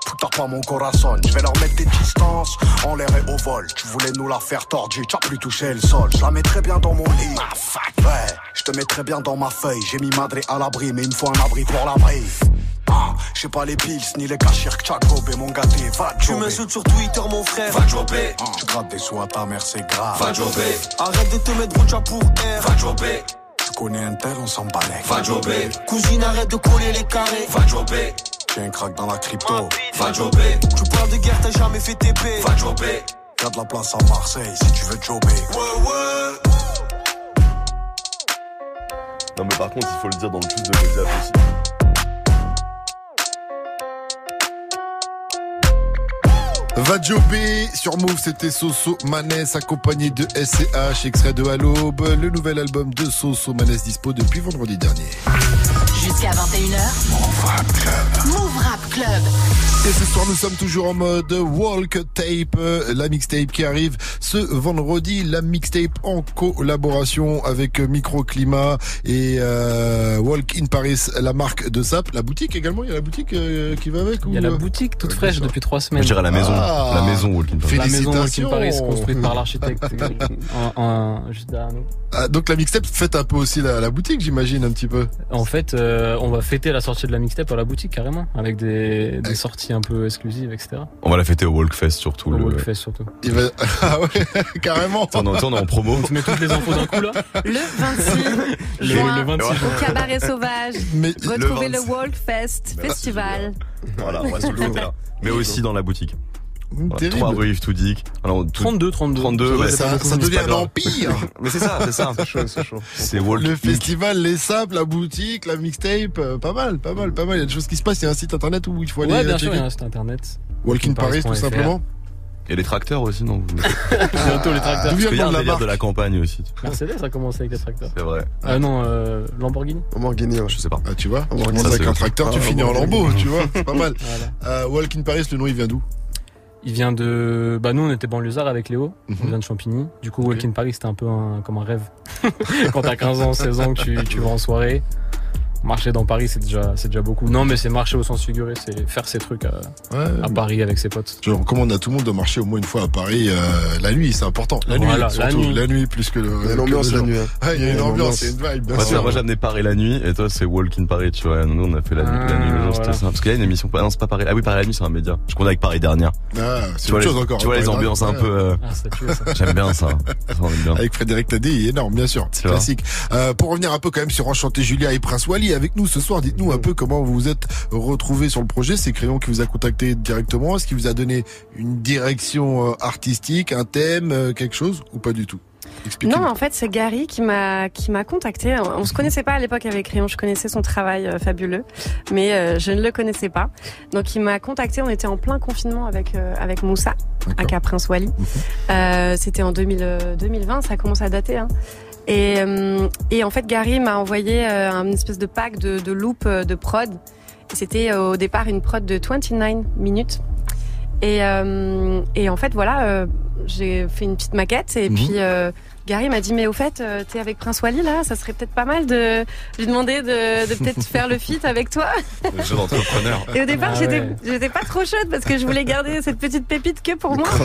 Putain pas mon corazon, je vais leur mettre des distances en l'air et au vol. Tu voulais nous la faire tordue, t'as plus touché le sol. Je la mettrais bien dans mon lit. Ouais, je te mettrais bien dans ma feuille. J'ai mis madré à l'abri, mais il me faut un abri pour l'abri. J'ai pas les pills ni les cachir que t'as gobé, mon gâté, va jobber. Tu m'insultes sur Twitter, mon frère. Va jobber. Tu grattes des sous à ta mère, c'est grave. Va jobber. Arrête de te mettre Rouja pour air. Va jobber. Tu connais un tel, on s'en balèque. Va jobber. Cousine, arrête de coller les carrés. Va jobber. J'ai un crack dans la crypto. Va jobber. Tu parles de guerre, t'as jamais fait TP. Va jobber. Y'a de la place à Marseille si tu veux jobber. Ouais. Non mais par contre, il faut le dire dans le plus de médias possible. Va jobber sur Move, c'était Soso Maness accompagné de SCH, extrait de À l'Aube, le nouvel album de Soso Maness dispo depuis vendredi dernier. Jusqu'à 21h. Move Rap Club. Move Rap Club. Et ce soir, nous sommes toujours en mode Walk Tape, la mixtape qui arrive ce vendredi, la mixtape en collaboration avec Microclimat et Walk in Paris, la marque de Sap, la boutique également, il y a la boutique qui va avec. Il y a la boutique toute fraîche depuis 3 semaines. Je dirais la maison, la maison Walk in Paris. La maison Walk in Paris construite par l'architecte juste derrière nous. Ah, donc la mixtape fête un peu aussi la boutique, j'imagine un petit peu. En fait, on va fêter la sortie de la mixtape à la boutique carrément, avec des sorties un peu exclusives, etc. On va la fêter au Walkfest surtout. Au Walkfest surtout. Ah ouais, carrément. On est en promo. On te met toutes les infos d'un coup là. Le 26 juin, au Cabaret Sauvage. Retrouvez le Walkfest Festival. Voilà, on va se le faire. Mais aussi dans la boutique. Voilà, 3 rue Yves Toudic. 32. Ouais, ça devient un empire. Mais c'est ça. C'est chaud. C'est Walk. Le festival, les sables, la boutique, la mixtape, pas mal. Il y a des choses qui se passent. Il y a un site internet où il faut aller. Ouais, bien sûr, il y a un site internet. Walk in Paris, tout simplement. Et les tracteurs aussi, non? Bientôt les tracteurs. D'où vient il y a un la délire de la campagne aussi. Mercedes a commencé avec les tracteurs. C'est vrai. Ah non, Lamborghini. Lamborghini, ouais. Je sais pas. Ah, tu vois, on commence avec un tracteur, tu finis en lambeau, tu vois, c'est pas mal. Voilà. Walk in Paris, le nom il vient d'où? Il vient de... nous on était banlieusards avec Léo, on vient de Champigny. Du coup Walk in Paris c'était un peu comme un rêve. Quand t'as 15 ans, 16 ans que tu vas en soirée. Marcher dans Paris c'est déjà beaucoup. Non mais c'est marcher au sens figuré, c'est faire ses trucs à Paris avec ses potes. Je recommande à tout le monde de marcher au moins une fois à Paris la nuit, c'est important. La nuit, surtout, la nuit plus que le. Il y a une ambiance la nuit. Il y a une ambiance, c'est une vibe. Moi j'ai amené Paris la nuit et toi c'est Walk in Paris, tu vois. Nous on a fait la nuit le jour, c'était ça. Parce qu'il y a une émission, non c'est pas Paris. Ah oui, Paris la nuit c'est un média. Je connais avec Paris dernière. Ah, c'est autre chose encore. Tu vois les ambiances un peu. Ça tue ça. J'aime bien ça. Avec Frédéric Tadé, il est énorme, bien sûr. Classique. Pour revenir un peu quand même sur Enchanté Julia et Prince Wally avec nous ce soir. Dites-nous un peu comment vous vous êtes retrouvés sur le projet. C'est Crayon qui vous a contacté directement. Est-ce qu'il vous a donné une direction artistique, un thème, quelque chose ou pas du tout? Non, en fait, c'est Gary qui m'a contacté. On se connaissait pas à l'époque avec Crayon. Je connaissais son travail fabuleux, mais je ne le connaissais pas. Donc, il m'a contacté. On était en plein confinement avec Moussa, aka Prince Wally. C'était en 2020. Ça commence à dater, hein. Et en fait, Gary m'a envoyé une espèce de pack de loop de prod. C'était au départ une prod de 29 minutes. Et en fait, voilà, j'ai fait une petite maquette et puis Gary m'a dit mais au fait t'es avec Prince Wally là, ça serait peut-être pas mal de lui demander de peut-être faire le feat avec toi. Le jeu d'entrepreneur. Et au départ j'étais pas trop chaude parce que je voulais garder cette petite pépite que pour moi.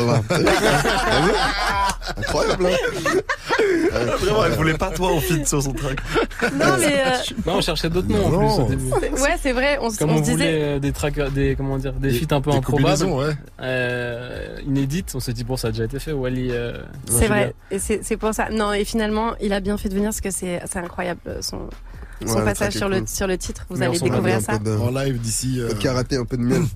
Incroyable. Vraiment, elle voulait pas toi en feat sur son track. Non mais non, on cherchait d'autres noms en plus au début. Ouais, c'est vrai, on se disait des tracks des feats un peu improbables. Inédites, on s'est dit bon ça a déjà été fait Wally. C'est vrai, et c'est pour ça. Non, et finalement, il a bien fait de venir parce que c'est incroyable son passage sur le titre. Vous allez découvrir ça en live d'ici. Le karaté, un peu de miel.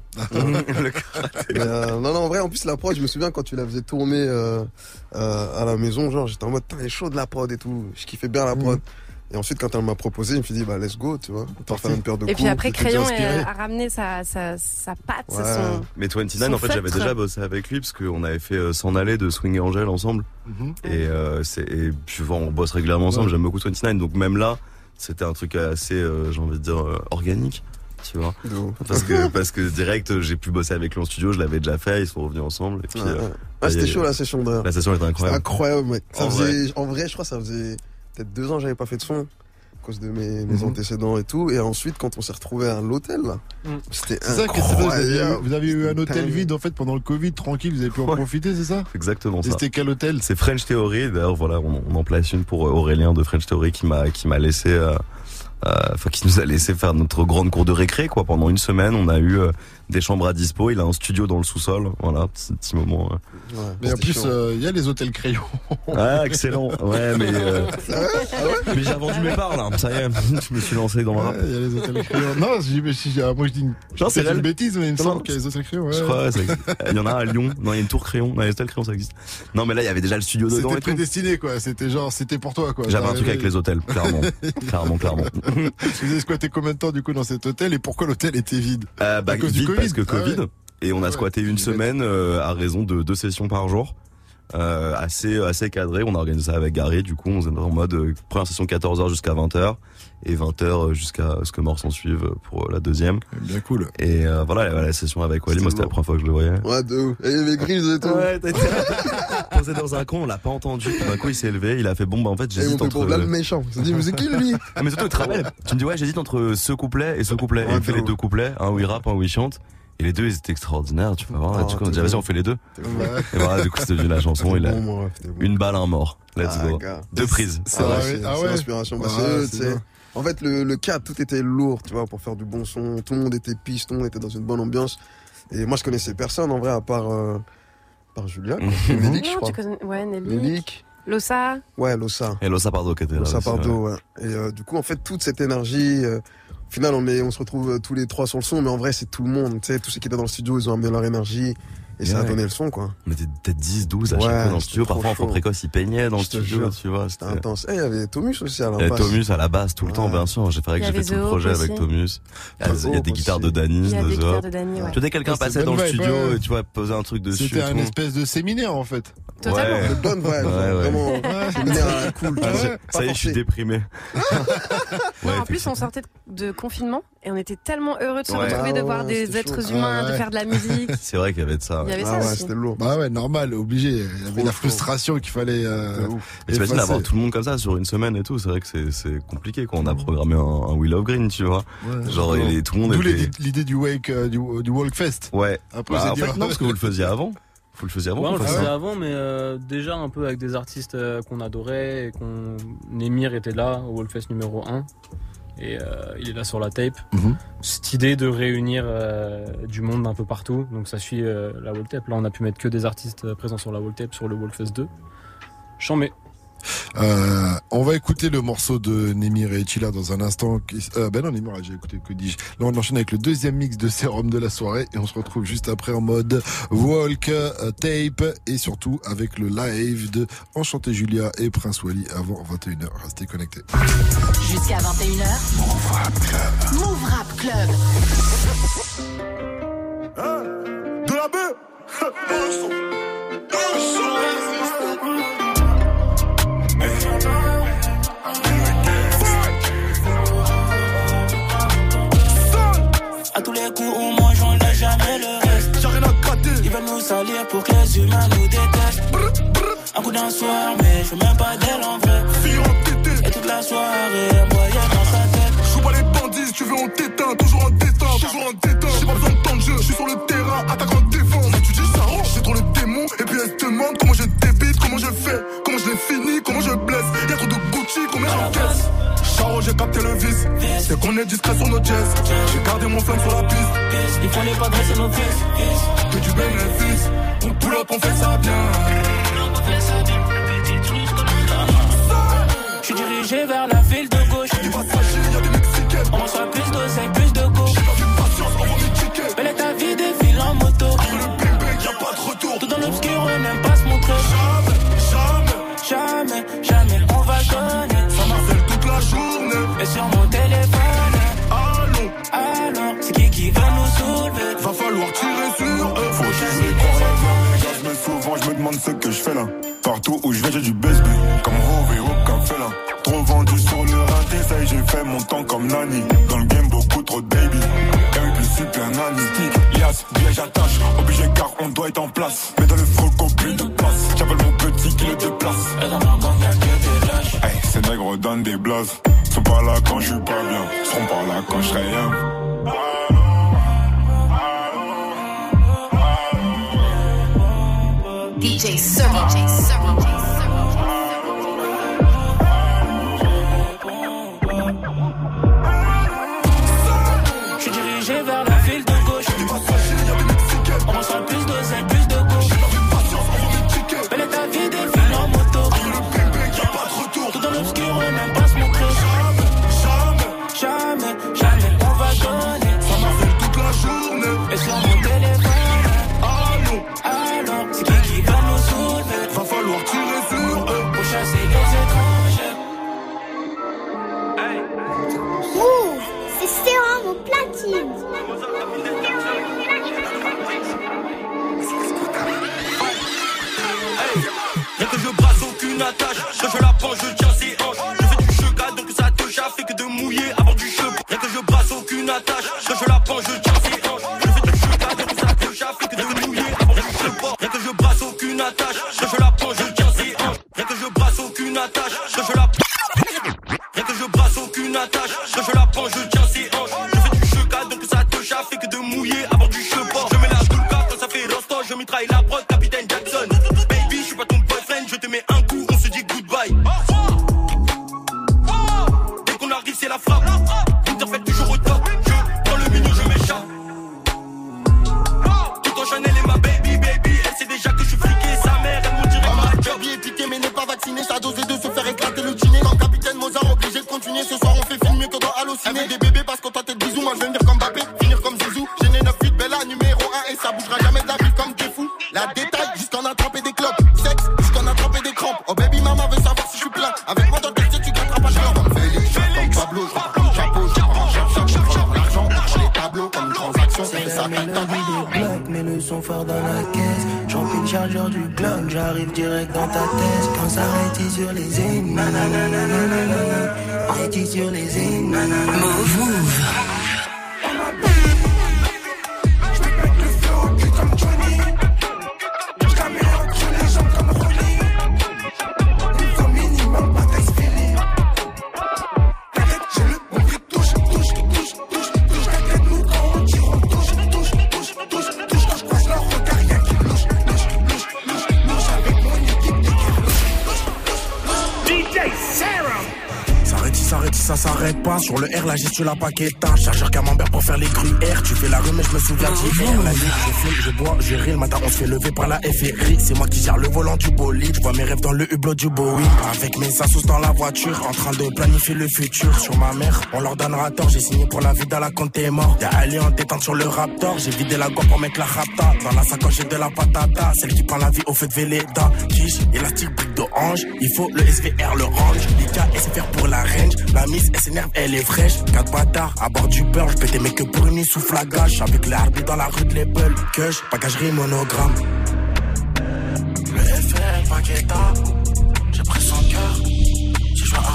Non, en vrai, en plus la prod, je me souviens quand tu la faisais tourner à la maison, genre j'étais en mode elle est chaud de la prod et tout. Je kiffais bien la prod. Et ensuite, quand elle m'a proposé, je me suis dit, bah, let's go, tu vois. On va faire une paire de coups. Et puis après, Crayon a ramené sa patte, son. Mais 29, en fait, j'avais déjà bossé avec lui, parce qu'on avait fait S'en aller de Swing et Angel ensemble. Et puis, on bosse régulièrement ensemble, j'aime beaucoup 29. Donc, même là, c'était un truc assez, j'ai envie de dire, organique. Tu vois. Parce que direct, j'ai pu bosser avec lui en studio, je l'avais déjà fait, ils sont revenus ensemble. Et puis, c'était chaud la session d'ailleurs. La session était incroyable. C'était incroyable, mec. En vrai, je crois que ça faisait peut-être 2 ans que j'avais pas fait de son. cause de mes antécédents et tout. Et ensuite, quand on s'est retrouvé à l'hôtel, là, c'était incroyable. Vous avez eu un hôtel vide, en fait, pendant le Covid, tranquille, vous avez pu en profiter, c'est ça? Exactement ça. C'était quel hôtel? C'est French Theory. D'ailleurs, voilà, on en place une pour Aurélien de French Theory qui m'a laissé, qui nous a laissé faire notre grande cour de récré, quoi. Pendant une semaine, on a eu des chambres à dispo. Il a un studio dans le sous-sol. Voilà, petit moment. Mais en plus, il y a les hôtels crayons. Ah, excellent. Ouais, mais mais j'ai vendu mes parts là. Ça y est, je me suis lancé dans le rap. Il y a les hôtels crayons. Non, moi je dis une bêtise, mais il me semble qu'il y a les hôtels crayons. Je crois, il y en a un à Lyon. Non, il y a une tour crayon. Non, les hôtels crayons, ça existe. Non, mais là, il y avait déjà le studio dedans. C'était prédestiné, quoi. C'était pour toi, quoi. J'avais un truc avec les hôtels, clairement. clairement. Vous avez squatté combien de temps, du coup, dans cet hôtel et pourquoi l'hôtel était vide? À cause du Covid. Parce que Covid. Ouais. Et on a squatté une semaine à raison de 2 sessions par jour. Assez cadré. On a organisé ça avec Gary. Du coup, on est en mode première session 14h jusqu'à 20h et 20h jusqu'à ce que mort s'en suive pour la deuxième. Bien cool. Et voilà, la session avec Wally, moi c'était la première fois que je le voyais. Ouais, de ouf. Et les grises et tout. Ouais, t'as été posé dans un coin, on l'a pas entendu. D'un coup, il s'est élevé, il a fait bon, bah en fait, j'hésite entre. Là, le méchant. Il s'est dit, mais c'est qui lui? Ah, mais surtout, il te rappelle. Tu me dis, ouais, j'hésite entre ce couplet et ce couplet. Et il fait les 2 couplets, un où il rappe, un où il chante. Et les 2 ils étaient extraordinaires, tu peux voir. Du coup on a dit vas-y on fait les 2. Et voilà, du coup c'est devenu la chanson. Il a une balle, un mort. Let's go. 2 prises. C'est l'inspiration. En fait le cadre, tout était lourd, tu vois, pour faire du bon son. Tout le monde était piston, on était dans une bonne ambiance. Et moi je connaissais personne en vrai à part Julia. Nélic, je crois. Ouais, Nélic. Lossa. Ouais, Lossa. Et Lossa Pardo qui était là. Lossa Pardo, ouais. Et du coup en fait toute cette énergie. Au final, on se retrouve tous les 3 sur le son, mais en vrai, c'est tout le monde. Tu sais, tous ceux qui étaient dans le studio, ils ont amené leur énergie. Et ça a donné le son, quoi. On était peut-être 10, 12 à chaque fois dans le studio. Parfois, enfant précoce, il peignait dans le studio, tu vois. C'était intense. Il y avait Tomus aussi à la base. Il y avait Tomus à la base tout le temps, bien sûr. J'ai fait tout le projet avec Tomus. Il y a des guitares de Dany, de Zo. Tu vois, quelqu'un passait dans le studio et tu vois, posait un truc dessus. C'était un espèce de séminaire, en fait. Totalement. De bonne vibe. Vraiment. Séminaire à la cool. Ça y est, je suis déprimé. En plus, on sortait de confinement et on était tellement heureux de se retrouver, de voir des êtres humains, de faire de la musique. C'est vrai qu'il y avait de ça. Il y avait ça aussi. C'était lourd. Bah ouais, normal, obligé. Il y avait la frustration qu'il fallait. Et t'imagines avoir tout le monde comme ça sur une semaine et tout. C'est vrai que c'est compliqué quand on a programmé un Wheel of Green, tu vois. Genre, tout le monde était. D'où l'idée du Walkfest. Ouais. En fait, non, parce que vous le faisiez avant. Vous le faisiez avant? Ouais, on le faisait avant, mais déjà un peu avec des artistes qu'on adorait et Némir était là au Wallfest numéro 1 et il est là sur la tape. Cette idée de réunir du monde d'un peu partout, donc ça suit la Wall Tape. Là, on a pu mettre que des artistes présents sur la Wall Tape sur le Wallfest 2. Chambé. On va écouter le morceau de Némir et Chila dans un instant. Non, Némir, j'ai écouté, que dis-je. Là, on enchaîne avec le deuxième mix de Sérum de la soirée et on se retrouve juste après en mode Walk, Tape et surtout avec le live de Enchanté Julia et Prince Wally avant 21h. Restez connectés. Jusqu'à 21h. Move Rap Club. Move Rap Club. De la bœuf. À tous les coups, on mange, on l'a jamais le reste. J'ai rien à gratter. Ils veulent nous salir pour que les humains nous détestent. Un coup d'un soir, mais je veux même pas d'elle en vrai. Et toute la soirée, moyen dans sa tête. Je joue pas les bandits, si tu veux on t'éteint. Toujours en détente, J'ai pas besoin de temps de jeu, je suis sur le terrain, attaquant défense. Mais tu dis ça range, j'ai trop le démon. Et puis elle se demande comment je débite, comment je fais, comment je l'ai fini, comment je blesse. Y'a trop de Gucci, combien j'encaisse. Charo, j'ai capté le vice. C'est qu'on est discret sur nos jazz. J'ai gardé mon flingue sur la piste. Il fallait pas dresser nos fils. Que du bénéfice. On pull up, on fait ça bien. Je suis dirigé vers la ville de gauche. On reçoit plus d'oseille, plus de go. Belle est ta vie, défile en moto. Y'a pas de retour. Tout dans l'obscur, on n'aime pas se montrer. Jamais on va donner. Ça m'harcèle toute la journée. Et sur mon téléphone. Allons, c'est qui va nous soulever. Va falloir tirer sur eux. Faut chasser pour la vie. Souvent je me demande ce que je fais là. Partout où je vais j'ai du BSB. Comme Rové au café là. Trop vendu sur le raté, ça y est j'ai fait mon temps comme Nani. Dans le game beaucoup trop de baby. Avec plus super nanistique. Lias, billet j'attache. Obligé car on doit être en place. Mais dans le froco plus de place. J'appelle mon petit qui le déplace. Et dans mon gang y'a que des lâches. Hey, ces nègres donnent des blases. Sont pas là quand je suis pas bien, seront pas là quand je serai young. DJ Servo. Je suis dirigé vers la ville de gauche. On reçoit plus de zèle, plus de gauche. Belle est ta vie, des filles en moto. Tout dans l'obscur, on n'aime pas se montrer. Jamais on va donner. Ça m'appelle toute la journée. Et sur mon téléphone, allons, c'est qui va nous soulever? Va falloir tirer sur eux pour chasser les étrangers. Move, c'est sérum au platine. Rien que je brasse aucune attache. Quand je la penche, je tiens ses hanches. Je fais du chega, donc ça te fait que de mouiller avant du cheveu. Rien que je brasse aucune attache. Quand je la penche, je tiens ses hanches. Je fais du chega, donc ça te fait que de mouiller avant du cheveu. Rien que je brasse aucune attache. Quand je la penche, je tiens ses hanches. Rien que je brasse aucune attache. Quand je la Rien que je brasse aucune attache. Quand je la penche, je tiens ses hanches. Je fais du chega, donc ça te fait que de mouiller avant du cheveu. Je mets la doulka quand ça fait l'instant. Je mitraille la prod, Capitaine Jackson. Baby, je suis pas ton boyfriend, je te mets un coup, on se dit goodbye. Dès qu'on arrive, c'est la frappe. Interfait toujours au top. Je dans le milieu, je m'échappe. Tout en Chanel et ma baby. Elle sait déjà que je suis friqué. Sa mère, elle me dirait ma job. Est piqué, mais n'est pas vacciné. Sa dose est de se faire éclater le dîner. Comme Capitaine Mozart, obligé de continuer. Ce soir, on fait film mieux que dans Allociné. Elle veut des bébés parce qu'on tente de bisous. Moi, je vais venir comme Mbappé, finir comme Zizou. J'ai 9-8, Bella, numéro 1. Et ça bougera jamais de la vie comme des fous. La détail, jusqu'en attraper des clopes. Sexe, jusqu'en attraper des crampes. Oh baby, maman veut savoir si je suis plein. Avec moi dans le quartier, tu gagneras pas de l'or. Comme Félix, comme Pablo, comme Chapeau. J'prends l'argent, j'prends les tableaux comme une transaction. C'est ça, mets le son fort dans la caisse. J'empile le chargeur du Glock. J'arrive direct dans ta tête. Quand ça rétit sur les ennemis. Rétit sur les ennemis. Move. Ça s'arrête pas, sur le R la gestion la paqueta. Chargeur camembert pour faire les gruyères. Tu fais la rue mais je me souviens d'hiver. La nuit je fume, je bois, je ris. Le matin on se fait lever par la FRI. C'est moi qui gère le volant du bolide. Je vois mes rêves dans le hublot du Boeing. Avec mes assos dans la voiture, en train de planifier le futur. Sur ma mère, on leur donnera tort. J'ai signé pour la vie dans la compte t'es mort. Y'a allé en détente sur le Raptor. J'ai vidé la gomme pour mettre la rapta. Dans la sacoche j'ai de la patata. Celle qui prend la vie au feu de Véleda. Quiche, élastique, brique d'orange. Il faut le SVR, le range. Lika, SFR pour la range. La Miss, elle s'énerve, elle est fraîche. 4 bâtards à bord du beurre. Je pétais mais que pour une nuit sous flagage. Avec les hardies dans la rue de l'Apple. Cush, bagagerie monogramme. Le FL, Paqueta. J'ai pris son cœur. J'ai joué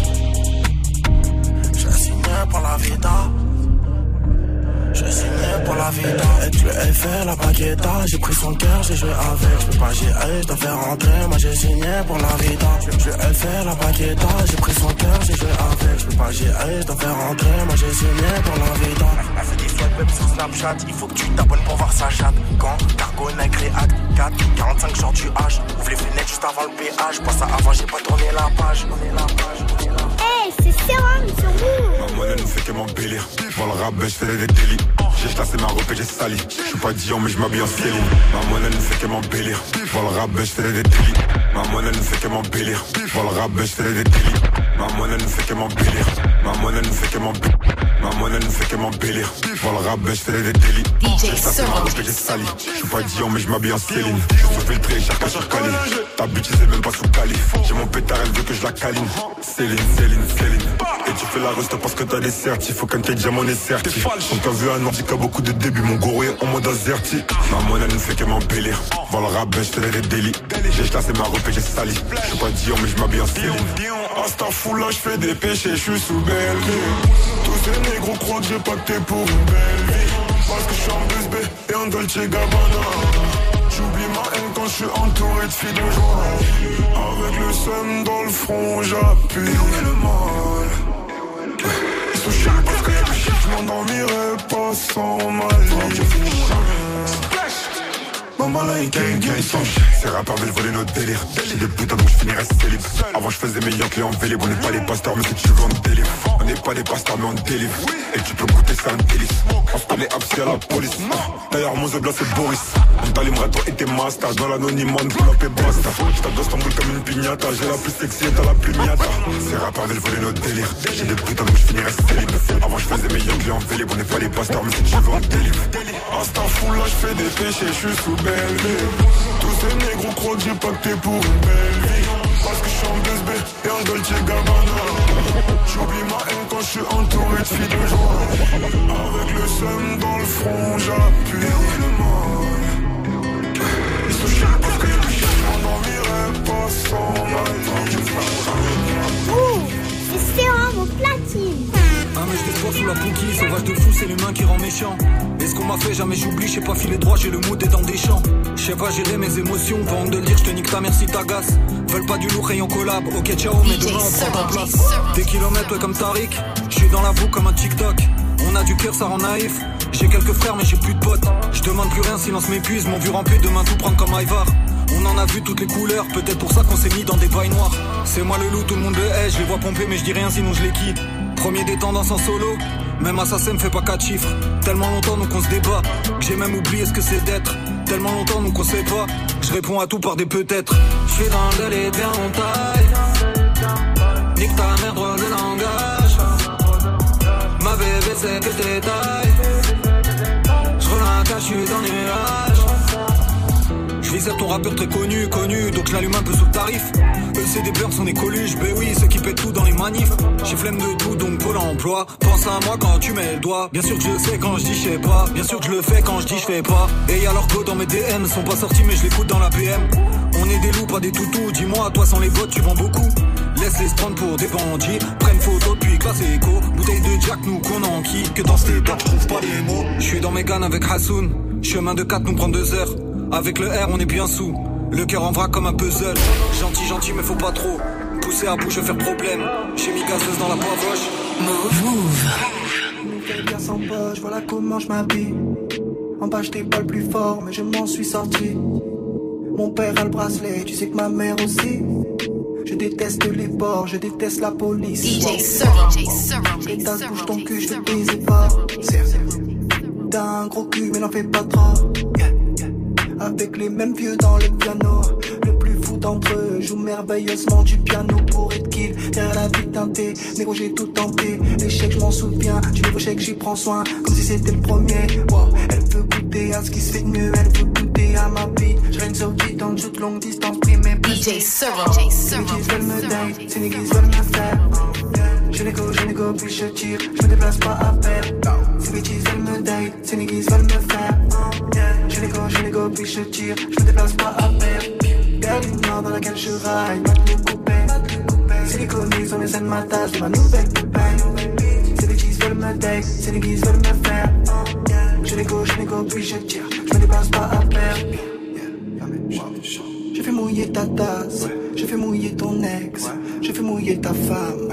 avec. J'ai signé pour la vida. J'ai signé pour la vida. Avec le FL, la Paqueta. J'ai pris son cœur, j'ai joué avec. Je peux pas gérer, je dois faire rentrer. Moi j'ai signé pour la vida. Je FL, la Paqueta. J'ai pris son cœur, j'ai joué avec. Je peux pas gérer, je dois faire rentrer. Moi j'ai signé pour la vida. Elle fait des swipe web sur Snapchat. Il faut que tu t'abonnes pour voir sa chatte. Quand Cargo, Nike, React 4, 45 genre du H. Ouvre les fenêtres juste avant le péage. Pas ça avant, j'ai pas tourné la page. Hey, c'est sérum sur vous. Ma monnaie nous fait que m'embellir. Dans le rap, je fais des délits. J'ai chassé ma robe et j'ai sali. Je suis pas Dion mais je m'habille en Céline. Ma monnaie ne fait que m'embellir. Dans le rap, je fais des délits. Ma monnaie ne fait que m'embellir. Dans le rap, je fais des délits. Ma monnaie ne fait que m'embellir. Ma monnaie ne fait que m'embellir. Ma monnaie ne fait que m'embellir. Dans le rap, je fais des délits. J'ai chassé ma robe et j'ai sali. Je suis pas Dion mais je m'habille en Céline. Je suis filtré, cherche sur Cali. Ta bitch c'est même pas sous Cali. J'ai mon pétard, elle veut que je la câline. Céline. Et tu fais la reste parce que t'as des certifs. Faut qu'un t'ait diamant est certif. On t'a vu un handicap, beaucoup de débuts. Mon goro est en mode azerty. Ma monnaie ne fait que m'embellir. Dans le rap, je fais des délits. J'ai chassé ma robe et j'ai sali. Je suis pas Dion mais je m'habille en Céline. Astaghfirullah, je fais des péchés, je suis sous belle vie. Tous ces négros croient que j'ai pacté pour une belle vie. Parce que je suis en Bus B et en Dolce Gabbana. J'oublie ma haine quand je suis entouré de filles de joie. Avec le seum dans le front, j'appuie. Et où est le mal? Je m'endormirai pas sans ma lit. Maman là, il gang gang. Ces rappeurs veulent voler notre délire. J'ai des putains donc je finirai célib. Avant je faisais meilleur que les en vélib. On n'est pas les pasteurs mais si tu veux on délivre. On n'est pas des pasteurs mais on délivre. Et tu peux goûter c'est un délice. On se connaît abs à la police. D'ailleurs mon zebla c'est Boris. On t'allumerait toi et tes masters. Dans l'anonymat on pull up et basta. J't'adore Stamboul comme une pignata. J'ai la plus sexy et t'as la plus miata. Ces rappeurs veulent voler notre délire. J'ai des putains donc je finirai célib. Avant je faisais meilleur que les en vélib. On n'est pas les pasteurs mais si tu veux on délivre. Insta full là je fais des péchés. Je suis sous belle vie. Tous ces négros croient que j'ai pacté pour une belle vie. Parce que je suis en BSB et en Dolce Gabbana. J'oublie ma haine quand je suis entouré de filles de joie. Avec le seum dans le front, j'appuie le mal. Ils sont chiants parce que je m'endormirai pas sans ma vie. C'est vraiment platine. Un mec de soir sous la pouquille, sauvage de fou, c'est l'humain qui rend méchant. Et ce qu'on m'a fait, jamais j'oublie, j'ai pas filé droit, j'ai le mood et dans des champs. J'sais pas gérer mes émotions, pas honte de le dire, j'te nique ta mère si t'agaces. Veulent pas du lourd rayon collab, ok ciao, mais demain on prend ta place. Des kilomètres, ouais comme Tariq, j'suis dans la boucle comme un TikTok. On a du cœur, ça rend naïf. J'ai quelques frères, mais j'ai plus de potes. J'demande plus rien, silence m'épuise, mon vieux rempli, demain tout prendre comme Ivar. On en a vu toutes les couleurs, peut-être pour ça qu'on s'est mis dans des bails noirs. C'est moi le loup, tout le monde le hait, je les vois pomper, mais je dis rien sinon je les quitte. Premier des tendances en solo, même Assassin me fait pas 4 chiffres. Tellement longtemps nous qu'on se débat, que j'ai même oublié ce que c'est d'être. Tellement longtemps nous qu'on sait pas, je réponds à tout par des peut-être. Je suis dans le délai, bien en taille. Nique ta mère, drôle de langage. Ma bébé c'est que je détaille. Je roule un cas, je suis dans les nuages. Je visais ton rappeur très connu, donc je l'allume un peu sous le tarif. Eux c'est des beurs, sont des coluches, ben oui, ceux qui pètent tout dans les manifs. J'ai flemme de tout, donc Pôle emploi. Pense à moi quand tu mets le doigt. Bien sûr que je sais quand je dis je sais pas. Bien sûr que je le fais quand je dis je fais pas. Et y'a leur go dans mes DM, sont pas sortis mais je l'écoute dans la PM. On est des loups, pas des toutous, dis-moi, toi sans les votes tu vends beaucoup. Laisse-les se prendre pour des bandits. Prennent photo puis classe écho. Bouteille de Jack, nous qu'on enquille. Que dans cet état, je trouve pas les mots. Je suis dans mes gannes avec Hassoun. Chemin de 4 nous prend 2 heures. Avec le R on est bien sous. Le cœur en vrac comme un puzzle. Gentil mais faut pas trop. Pousser à bout je vais faire problème. J'ai mis gazeuse dans la poivroche. Move. Bien sans poche, voilà comment je m'habille. En bas j'étais pas le plus fort mais je m'en suis sorti. Mon père a le bracelet, tu sais que ma mère aussi. Je déteste les porcs, je déteste la police. DJ Serum. Et ta bouche ton cul, je vais baiser fort. T'as un gros cul mais n'en fais pas trop. Avec les mêmes vieux dans le piano. Le plus fou d'entre eux joue merveilleusement du piano pour être kill. Derrière la vie teintée, négro j'ai tout tenté. L'échec je m'en souviens, du nouveau chèque j'y prends soin. Comme si c'était le premier. Wow. Elle veut goûter à ce qui se fait de mieux. Elle veut goûter à ma vie. Je règne sur qui dans le jeu de longue distance. Primé DJ Serum. Ces niggas veulent me date, ces niggas veulent me faire. Je négo, puis je tire, je me déplace pas à peine. Ces bitches veulent me date, ces niggas veulent me faire. Je négo, puis je tire, je me déplace pas à peine. Garde une main dans laquelle je raille, mate le coupé. C'est les conneries, on les aime ma tasse de ma nouvelle poupée. Ces bitches veulent me date, ces niggas veulent me faire. Je négo, puis je tire, je me déplace pas à peine. Je fais mouiller ta tasse, je fais mouiller ton ex, je fais mouiller ta femme.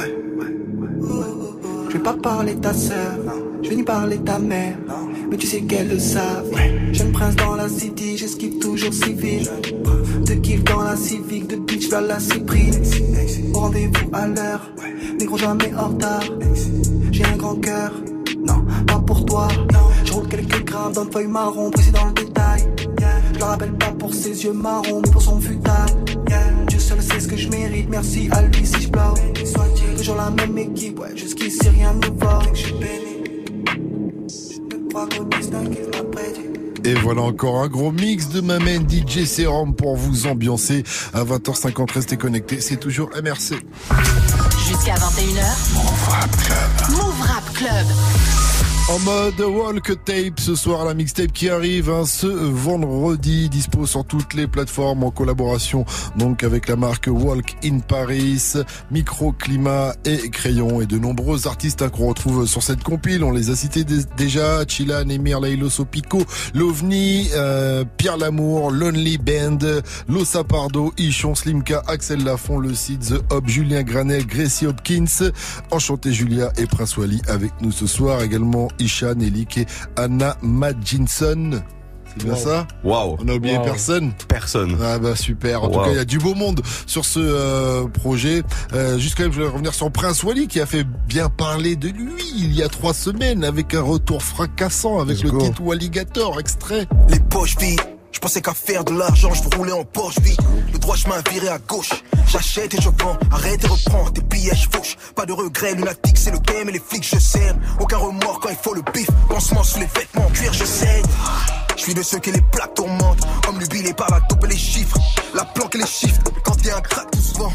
Je vais pas parler ta sœur, je vais ni parler ta mère, mais tu sais qu'elles le savent. Jeune prince dans la city, j'esquive toujours civil. De kiff dans la civique, de bitch vers la cyprine. Au rendez-vous à l'heure, négro jamais en retard. J'ai un grand cœur, non, pas pour toi. Je roule quelques grammes dans une feuille marron, précis dans le détail. Je la rappelle pas pour ses yeux marrons, mais pour son futal. Dieu seul sait ce que je mérite, merci à lui si je blow. Soit-il toujours la même équipe, ouais, jusqu'ici rien de nouveau. Je suis béni. Je ne crois qu'au destin qu'il m'a prédit. Et voilà encore un gros mix de ma main DJ Serum pour vous ambiancer. À 20h50, restez connectés, c'est toujours MRC. Jusqu'à 21h. Move Rap Club. Move Rap Club. En mode walk tape ce soir, la mixtape qui arrive ce vendredi, dispo sur toutes les plateformes en collaboration donc avec la marque Walk in Paris, Microclimat et Crayon, et de nombreux artistes qu'on retrouve sur cette compile. On les a cités déjà: Chilan, Emir, Lailo Sopico, Lovni, Pierre Lamour, Lonely Band, Losa Pardo, Ichon, Slimka, Axel Lafont, Le Cid, The Hop, Julien Granel, Gracie Hopkins, Enchanté Julia et Prince Wally avec nous ce soir. Également Isha, Nelik et Anna Madjinson. C'est bien ça? Waouh. On a oublié personne? Personne. Ah bah super. En tout cas, il y a du beau monde sur ce projet. Juste quand même, je voulais revenir sur Prince Wally qui a fait bien parler de lui il y a 3 semaines avec un retour fracassant avec le titre Walligator, extrait. Les poches vides. Je pensais qu'à faire de l'argent, je veux rouler en Porsche vite. Le droit chemin viré à gauche. J'achète et je vends, arrête et reprends tes billets, je fauche. Pas de regret, lunatique, c'est le game et les flics, je sers. Aucun remords quand il faut le bif. Pansement sous les vêtements, cuir, je saigne. Je suis de ceux qui les plaques tourmentent. Comme l'hubilé par la taupe et les chiffres. La planque et les chiffres. Quand t'es un crack, tout se vend.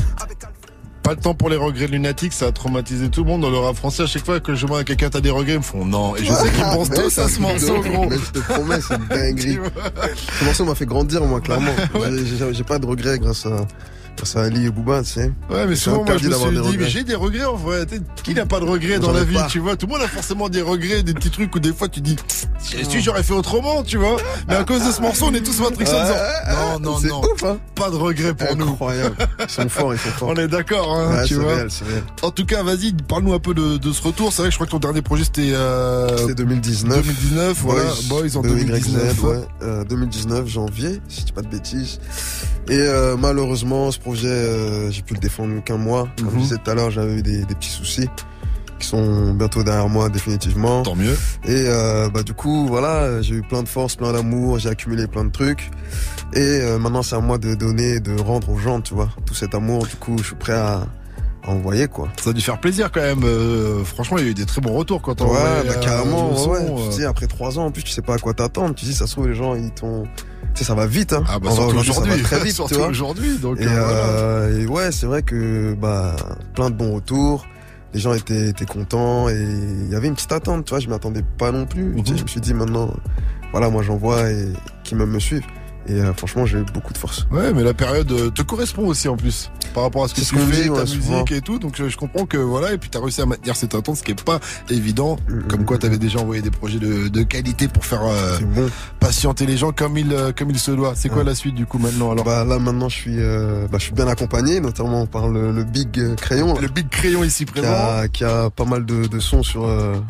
Pas le temps pour les regrets de lunatique, ça a traumatisé tout le monde dans le rap français. À chaque fois que je demande à quelqu'un t'as des regrets, ils me font non. Et je sais qu'ils pensent tous à ce morceau, gros. Mais je te promets, c'est une dinguerie. Ce morceau m'a fait grandir, moi, clairement. J'ai pas de regrets grâce à Ali et Booba, tu sais. Ouais, mais souvent, moi, je me suis dit, mais j'ai des regrets, en vrai. Qui n'a pas de regrets dans la vie, tu vois? Tout le monde a forcément des regrets, des petits trucs où des fois tu dis, si j'aurais fait autrement, tu vois. Mais à cause de ce morceau, on est tous matrixés en disant, non. Ouf, hein. Pas de regrets pour nous. Incroyable. Ils sont forts. On est d'accord, hein, tu vois. C'est réel. En tout cas, vas-y, parle-nous un peu de ce retour. C'est vrai que je crois que ton dernier projet, c'était 2019. 2019, voilà. Boys en 2019. Ouais. 2019, janvier, si je dis pas de bêtises. Et malheureusement, ce projet, j'ai pu le défendre qu'un mois. Comme je disais tout à l'heure, j'avais eu des petits soucis qui sont bientôt derrière moi définitivement. Tant mieux. Et du coup, voilà, j'ai eu plein de force, plein d'amour, j'ai accumulé plein de trucs. Et maintenant, c'est à moi de donner, de rendre aux gens, tu vois, tout cet amour. Du coup, je suis prêt à envoyer, quoi. Ça a dû faire plaisir quand même. Franchement, il y a eu des très bons retours quand on envoyé. Carrément, Tu sais, après 3 ans, en plus, tu sais pas à quoi t'attendre. Tu dis, ça se trouve, les gens, ils t'ont... Tu sais, ça va vite, hein. Ah bah surtout aujourd'hui, ça va très vite, surtout tu vois. aujourd'hui. Donc et ouais, c'est vrai que plein de bons retours. Les gens étaient contents et il y avait une petite attente, tu vois. Je m'y attendais pas non plus. Tu sais, je me suis dit maintenant, voilà, moi j'envoie et qu'ils me suivent. Et franchement, j'ai eu beaucoup de force. Ouais, mais la période te correspond aussi en plus par rapport à ce que tu fais, ta musique et tout. Donc je comprends que voilà, et puis t'as réussi à maintenir cette attente, ce qui est pas évident. Comme quoi, t'avais déjà envoyé des projets de qualité pour faire patienter les gens comme il se doit. C'est quoi la suite du coup maintenant alors? Là maintenant, je suis bien accompagné, notamment par le Big Crayon. Le Big Crayon ici présent, qui a pas mal de sons sur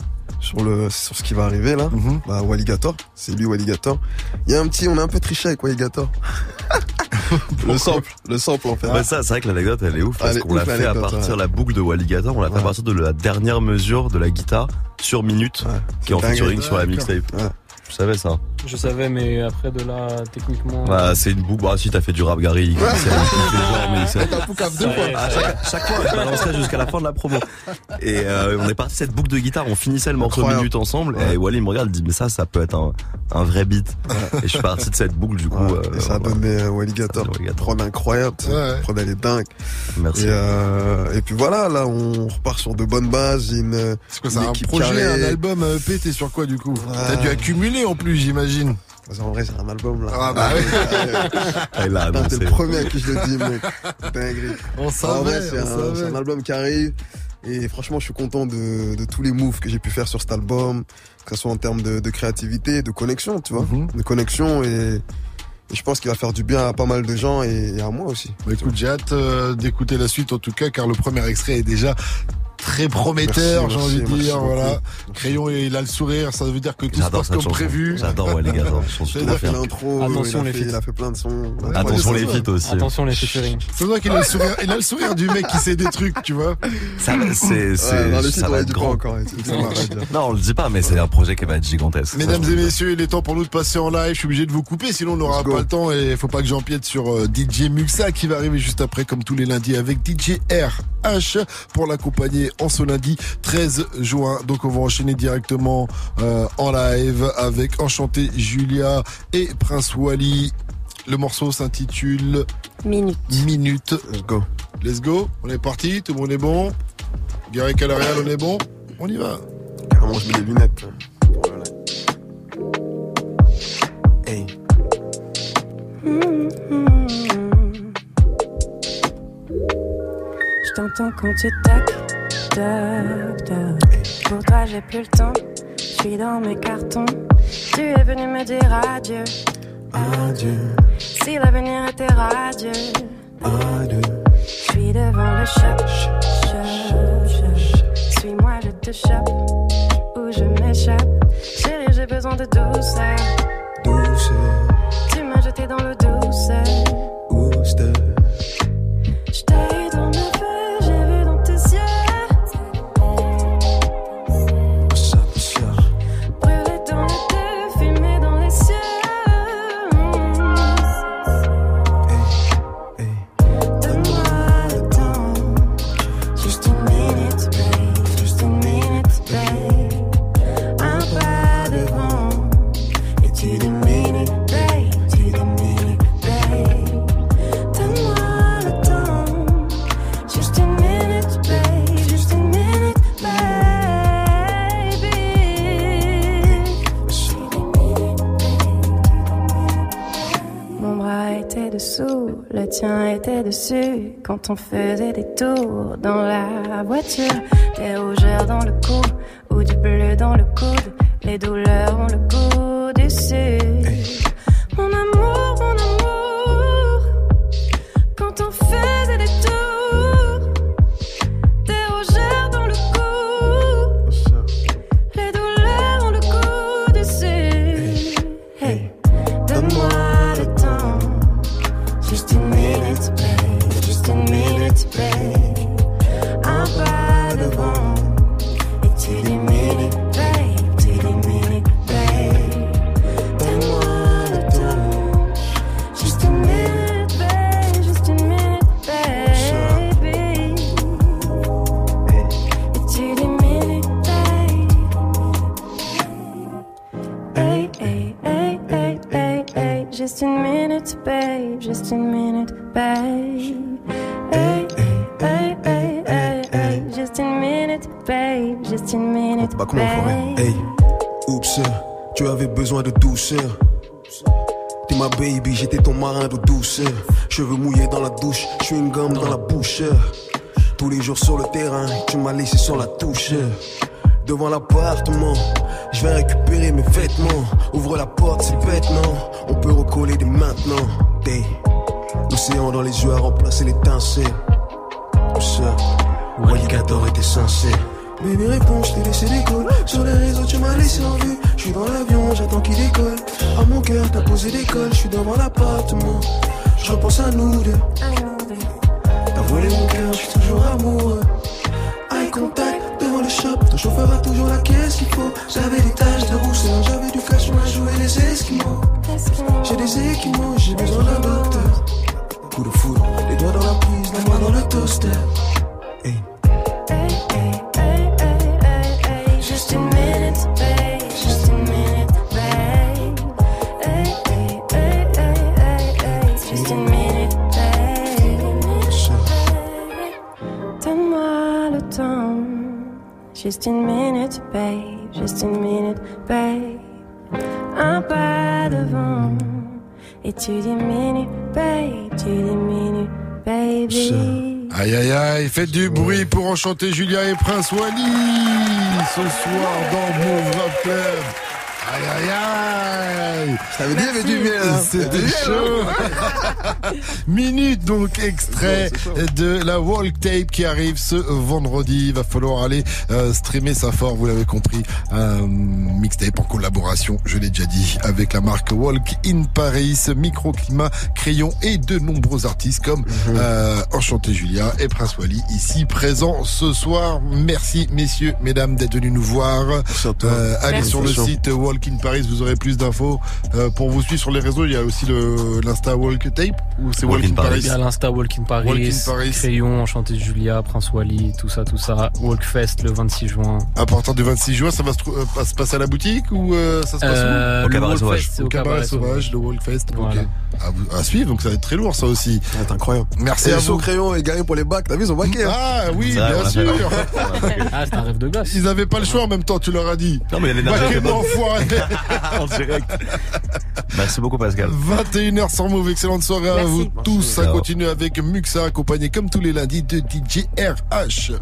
ce qui va arriver là. Walligator, c'est lui Walligator. On a un peu triché avec Walligator. le sample en fait. Ouais, ça, c'est vrai que l'anecdote elle est ouf parce qu'on l'a fait à partir de la boucle de Walligator, on l'a fait à partir de la dernière mesure de la guitare sur Minute qui est en featuring sur la mixtape. Je savais ça. Je savais, mais après de là, techniquement. C'est une boucle. Si t'as fait du rap, Gary. T'as poucave 2 fois. Chaque fois, je balancerai jusqu'à la fin de la promo. Et on est parti cette boucle de guitare, on finissait le morceau Minute ensemble. Et Wally me regarde, il dit, mais ça peut être un vrai beat. Et je suis parti de cette boucle, du coup. Et ça a donné Walligator. Prod incroyable. Prod, elle est dingue. Merci. Et puis voilà, là, on repart sur de bonnes bases. C'est quoi, c'est un projet, un album EP, t'es sur quoi, du coup? T'as dû accumuler en plus, j'imagine. En vrai, c'est un album là. Ah bah oui. T'es le premier à qui je le dis, mec. Dinguerie. On savait. C'est un album qui arrive. Et franchement, je suis content de tous les moves que j'ai pu faire sur cet album, que ce soit en termes de créativité, de connexion, tu vois. De connexion et je pense qu'il va faire du bien à pas mal de gens et à moi aussi. Écoute, j'ai hâte d'écouter la suite en tout cas, car le premier extrait est déjà très prometteur, j'ai envie de dire, voilà. Crayon, il a le sourire, ça veut dire que tout se passe comme prévu. J'adore Walligator. Il a fait l'intro, attention les feats. Il a fait plein de sons. Attention les feats aussi. Attention les featuring. C'est vrai qu'il a le sourire, il a le sourire du mec qui sait des trucs, tu vois. Ça va être grand. Non, on le dit pas, mais c'est un projet qui va être gigantesque. Mesdames et messieurs, il est temps pour nous de passer en live. Je suis obligé de vous couper, sinon on n'aura pas le temps et il faut pas que j'empiète sur DJ Muxa qui va arriver juste après, comme tous les lundis, avec DJ RH pour l'accompagner en ce lundi 13 juin. Donc on va enchaîner directement en live avec Enchanté Julia et Prince Wally. Le morceau s'intitule Minute. Let's go. On est parti, tout le monde est bon. Gary Calarial, on est bon. On y va. Carrément, je mets des lunettes. Voilà. Hey. Je t'entends quand tu tac, tac, tac. Pour toi j'ai plus le temps, je suis dans mes cartons. Tu es venu me dire adieu, adieu. Si l'avenir était radieux, adieu. Je suis devant le shop, suis-moi je te chope, ou je m'échappe. Chérie j'ai besoin de douceur, douceur. Tu m'as jeté dans le douceur, ouster. Je t'ai eu dans mes feux, j'ai vu dans tes yeux. Brûlé dans les deux, fumé dans les cieux. Donne-moi le temps, juste une minute, babe, juste une minute, babe. Un pas devant, et tu domines, babe, tu domines, babe. Donne-moi le temps, juste une minute, babe, juste une minute, baby. Mon bras était dessous, le tien était dessus. Quand on faisait des tours dans la voiture, des rougeurs dans le cou ou du bleu dans le coude. Les douleurs ont le goût du sud. Mon amour, quand on faisait des tours, des rougeurs dans le cou, les douleurs ont le goût du sud. Hey, donne-moi le temps, juste une minute, babe, juste une minute, babe. Un pas devant, et tu diminues, babe, tu diminues, babe. Donne-moi le temps, juste une minute, babe, juste une minute, baby. Et tu diminues, babe. Hey, hey, hey, hey, hey, hey. Juste une minute, babe, juste une minute, babe. Hey, hey, hey, hey, hey. Juste une minute, babe, juste une minute, Bah comment on ferait? Hey, oups, tu avais besoin de douceur. T'es ma baby, j'étais ton marin de douceur. Cheveux mouillés dans la douche, je suis une gomme dans la bouche. Tous les jours sur le terrain, tu m'as laissé sur la touche. Devant l'appartement, je vais récupérer mes vêtements. Ouvre la porte, c'est bête, non? On peut recoller dès maintenant. Hey, l'océan dans les yeux a remplacé l'étincelle. Ça, Alligator était sincère. Bébé réponds, je t'ai laissé décoller. Sur les réseaux tu m'as laissé en vue. Je suis dans l'avion, j'attends qu'il décolle. À mon cœur t'as posé des cols. Je suis devant l'appartement, je repense à nous deux. T'as volé mon cœur, je suis toujours amoureux. Eye contact devant le shop, ton chauffeur a toujours la caisse qu'il faut. J'avais des taches de rousseur, j'avais du cash, on a joué les esquimaux. J'ai des équimaux, j'ai besoin d'un docteur. Coup de foudre, les doigts dans la prise, la main dans le toaster. Hey. Juste une minute, babe, juste une minute, babe. Hey, hey, hey, hey, hey, hey. Juste une minute, babe. Donne-moi le temps. Juste une minute, babe, juste une minute, babe. Un pas devant, et tu diminues, babe, tu diminues, baby. Aïe aïe aïe, faites du bruit pour enchanter Julia et Prince Wally ce soir dans Move Rap Club. Aïe aïe aïe. Ça veut dire du bien, hein. C'était chaud. Minute donc extrait de la Walk Tape qui arrive ce vendredi. Il va falloir aller streamer ça fort, vous l'avez compris. Un mixtape en collaboration, je l'ai déjà dit, avec la marque Walk in Paris, Microclimat, Crayon et de nombreux artistes comme Enchanté Julia et Prince Wally ici présents ce soir. Merci messieurs, mesdames d'être venus nous voir. Allez sur le site Walk Walk in Paris, vous aurez plus d'infos. Pour vous suivre sur les réseaux, il y a aussi l'Insta Walk Tape ou c'est Walk in Paris. Il y a l'Insta Walk in Paris, Crayon, Enchanté Julia, Prince Wally, tout ça. Walkfest le 26 juin. À partir du 26 juin, ça va se passer à la boutique ou ça se passe où? Au Cabaret Sauvage. Au Cabaret Sauvage, le Walkfest. Voilà. Ok. À suivre, donc ça va être très lourd ça aussi. C'est incroyable. Merci à vous. Crayon et Gary pour les bacs, t'as vu, ils ont baqué. Ah oui, bien sûr. C'est un rêve de gosse. Ils avaient pas le choix en même temps, tu leur as dit. Non, mais il y a l'énergie. Baquez-moi enfoiré. En direct. Merci beaucoup, Pascal. 21h sans Move, excellente soirée à vous tous. Ça continue avec Muxa, accompagné comme tous les lundis de DJ RH.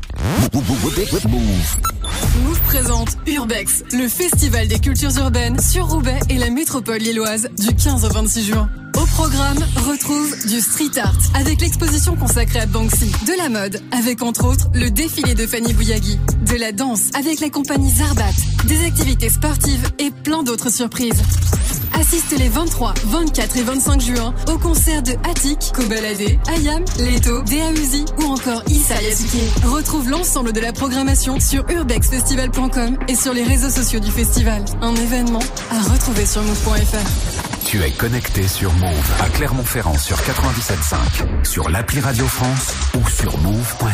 Move présente Urbex, le festival des cultures urbaines sur Roubaix et la métropole lilloise du 15 au 26 juin. Au programme, retrouve du street art avec l'exposition consacrée à Banksy, de la mode avec entre autres le défilé de Fanny Bouyagui, de la danse avec la compagnie Zarbat, des activités sportives et plein d'autres surprises. Assiste les 23, 24 et 25 juin au concert de Attic, Kobalade, Ayam, Leto, Dea Uzi ou encore Issa Yasuke. Retrouve l'ensemble de la programmation sur urbexfestival.com et sur les réseaux sociaux du festival. Un événement à retrouver sur move.fr. Tu es connecté sur Move à Clermont-Ferrand sur 97.5, sur l'appli Radio France ou sur move.fr.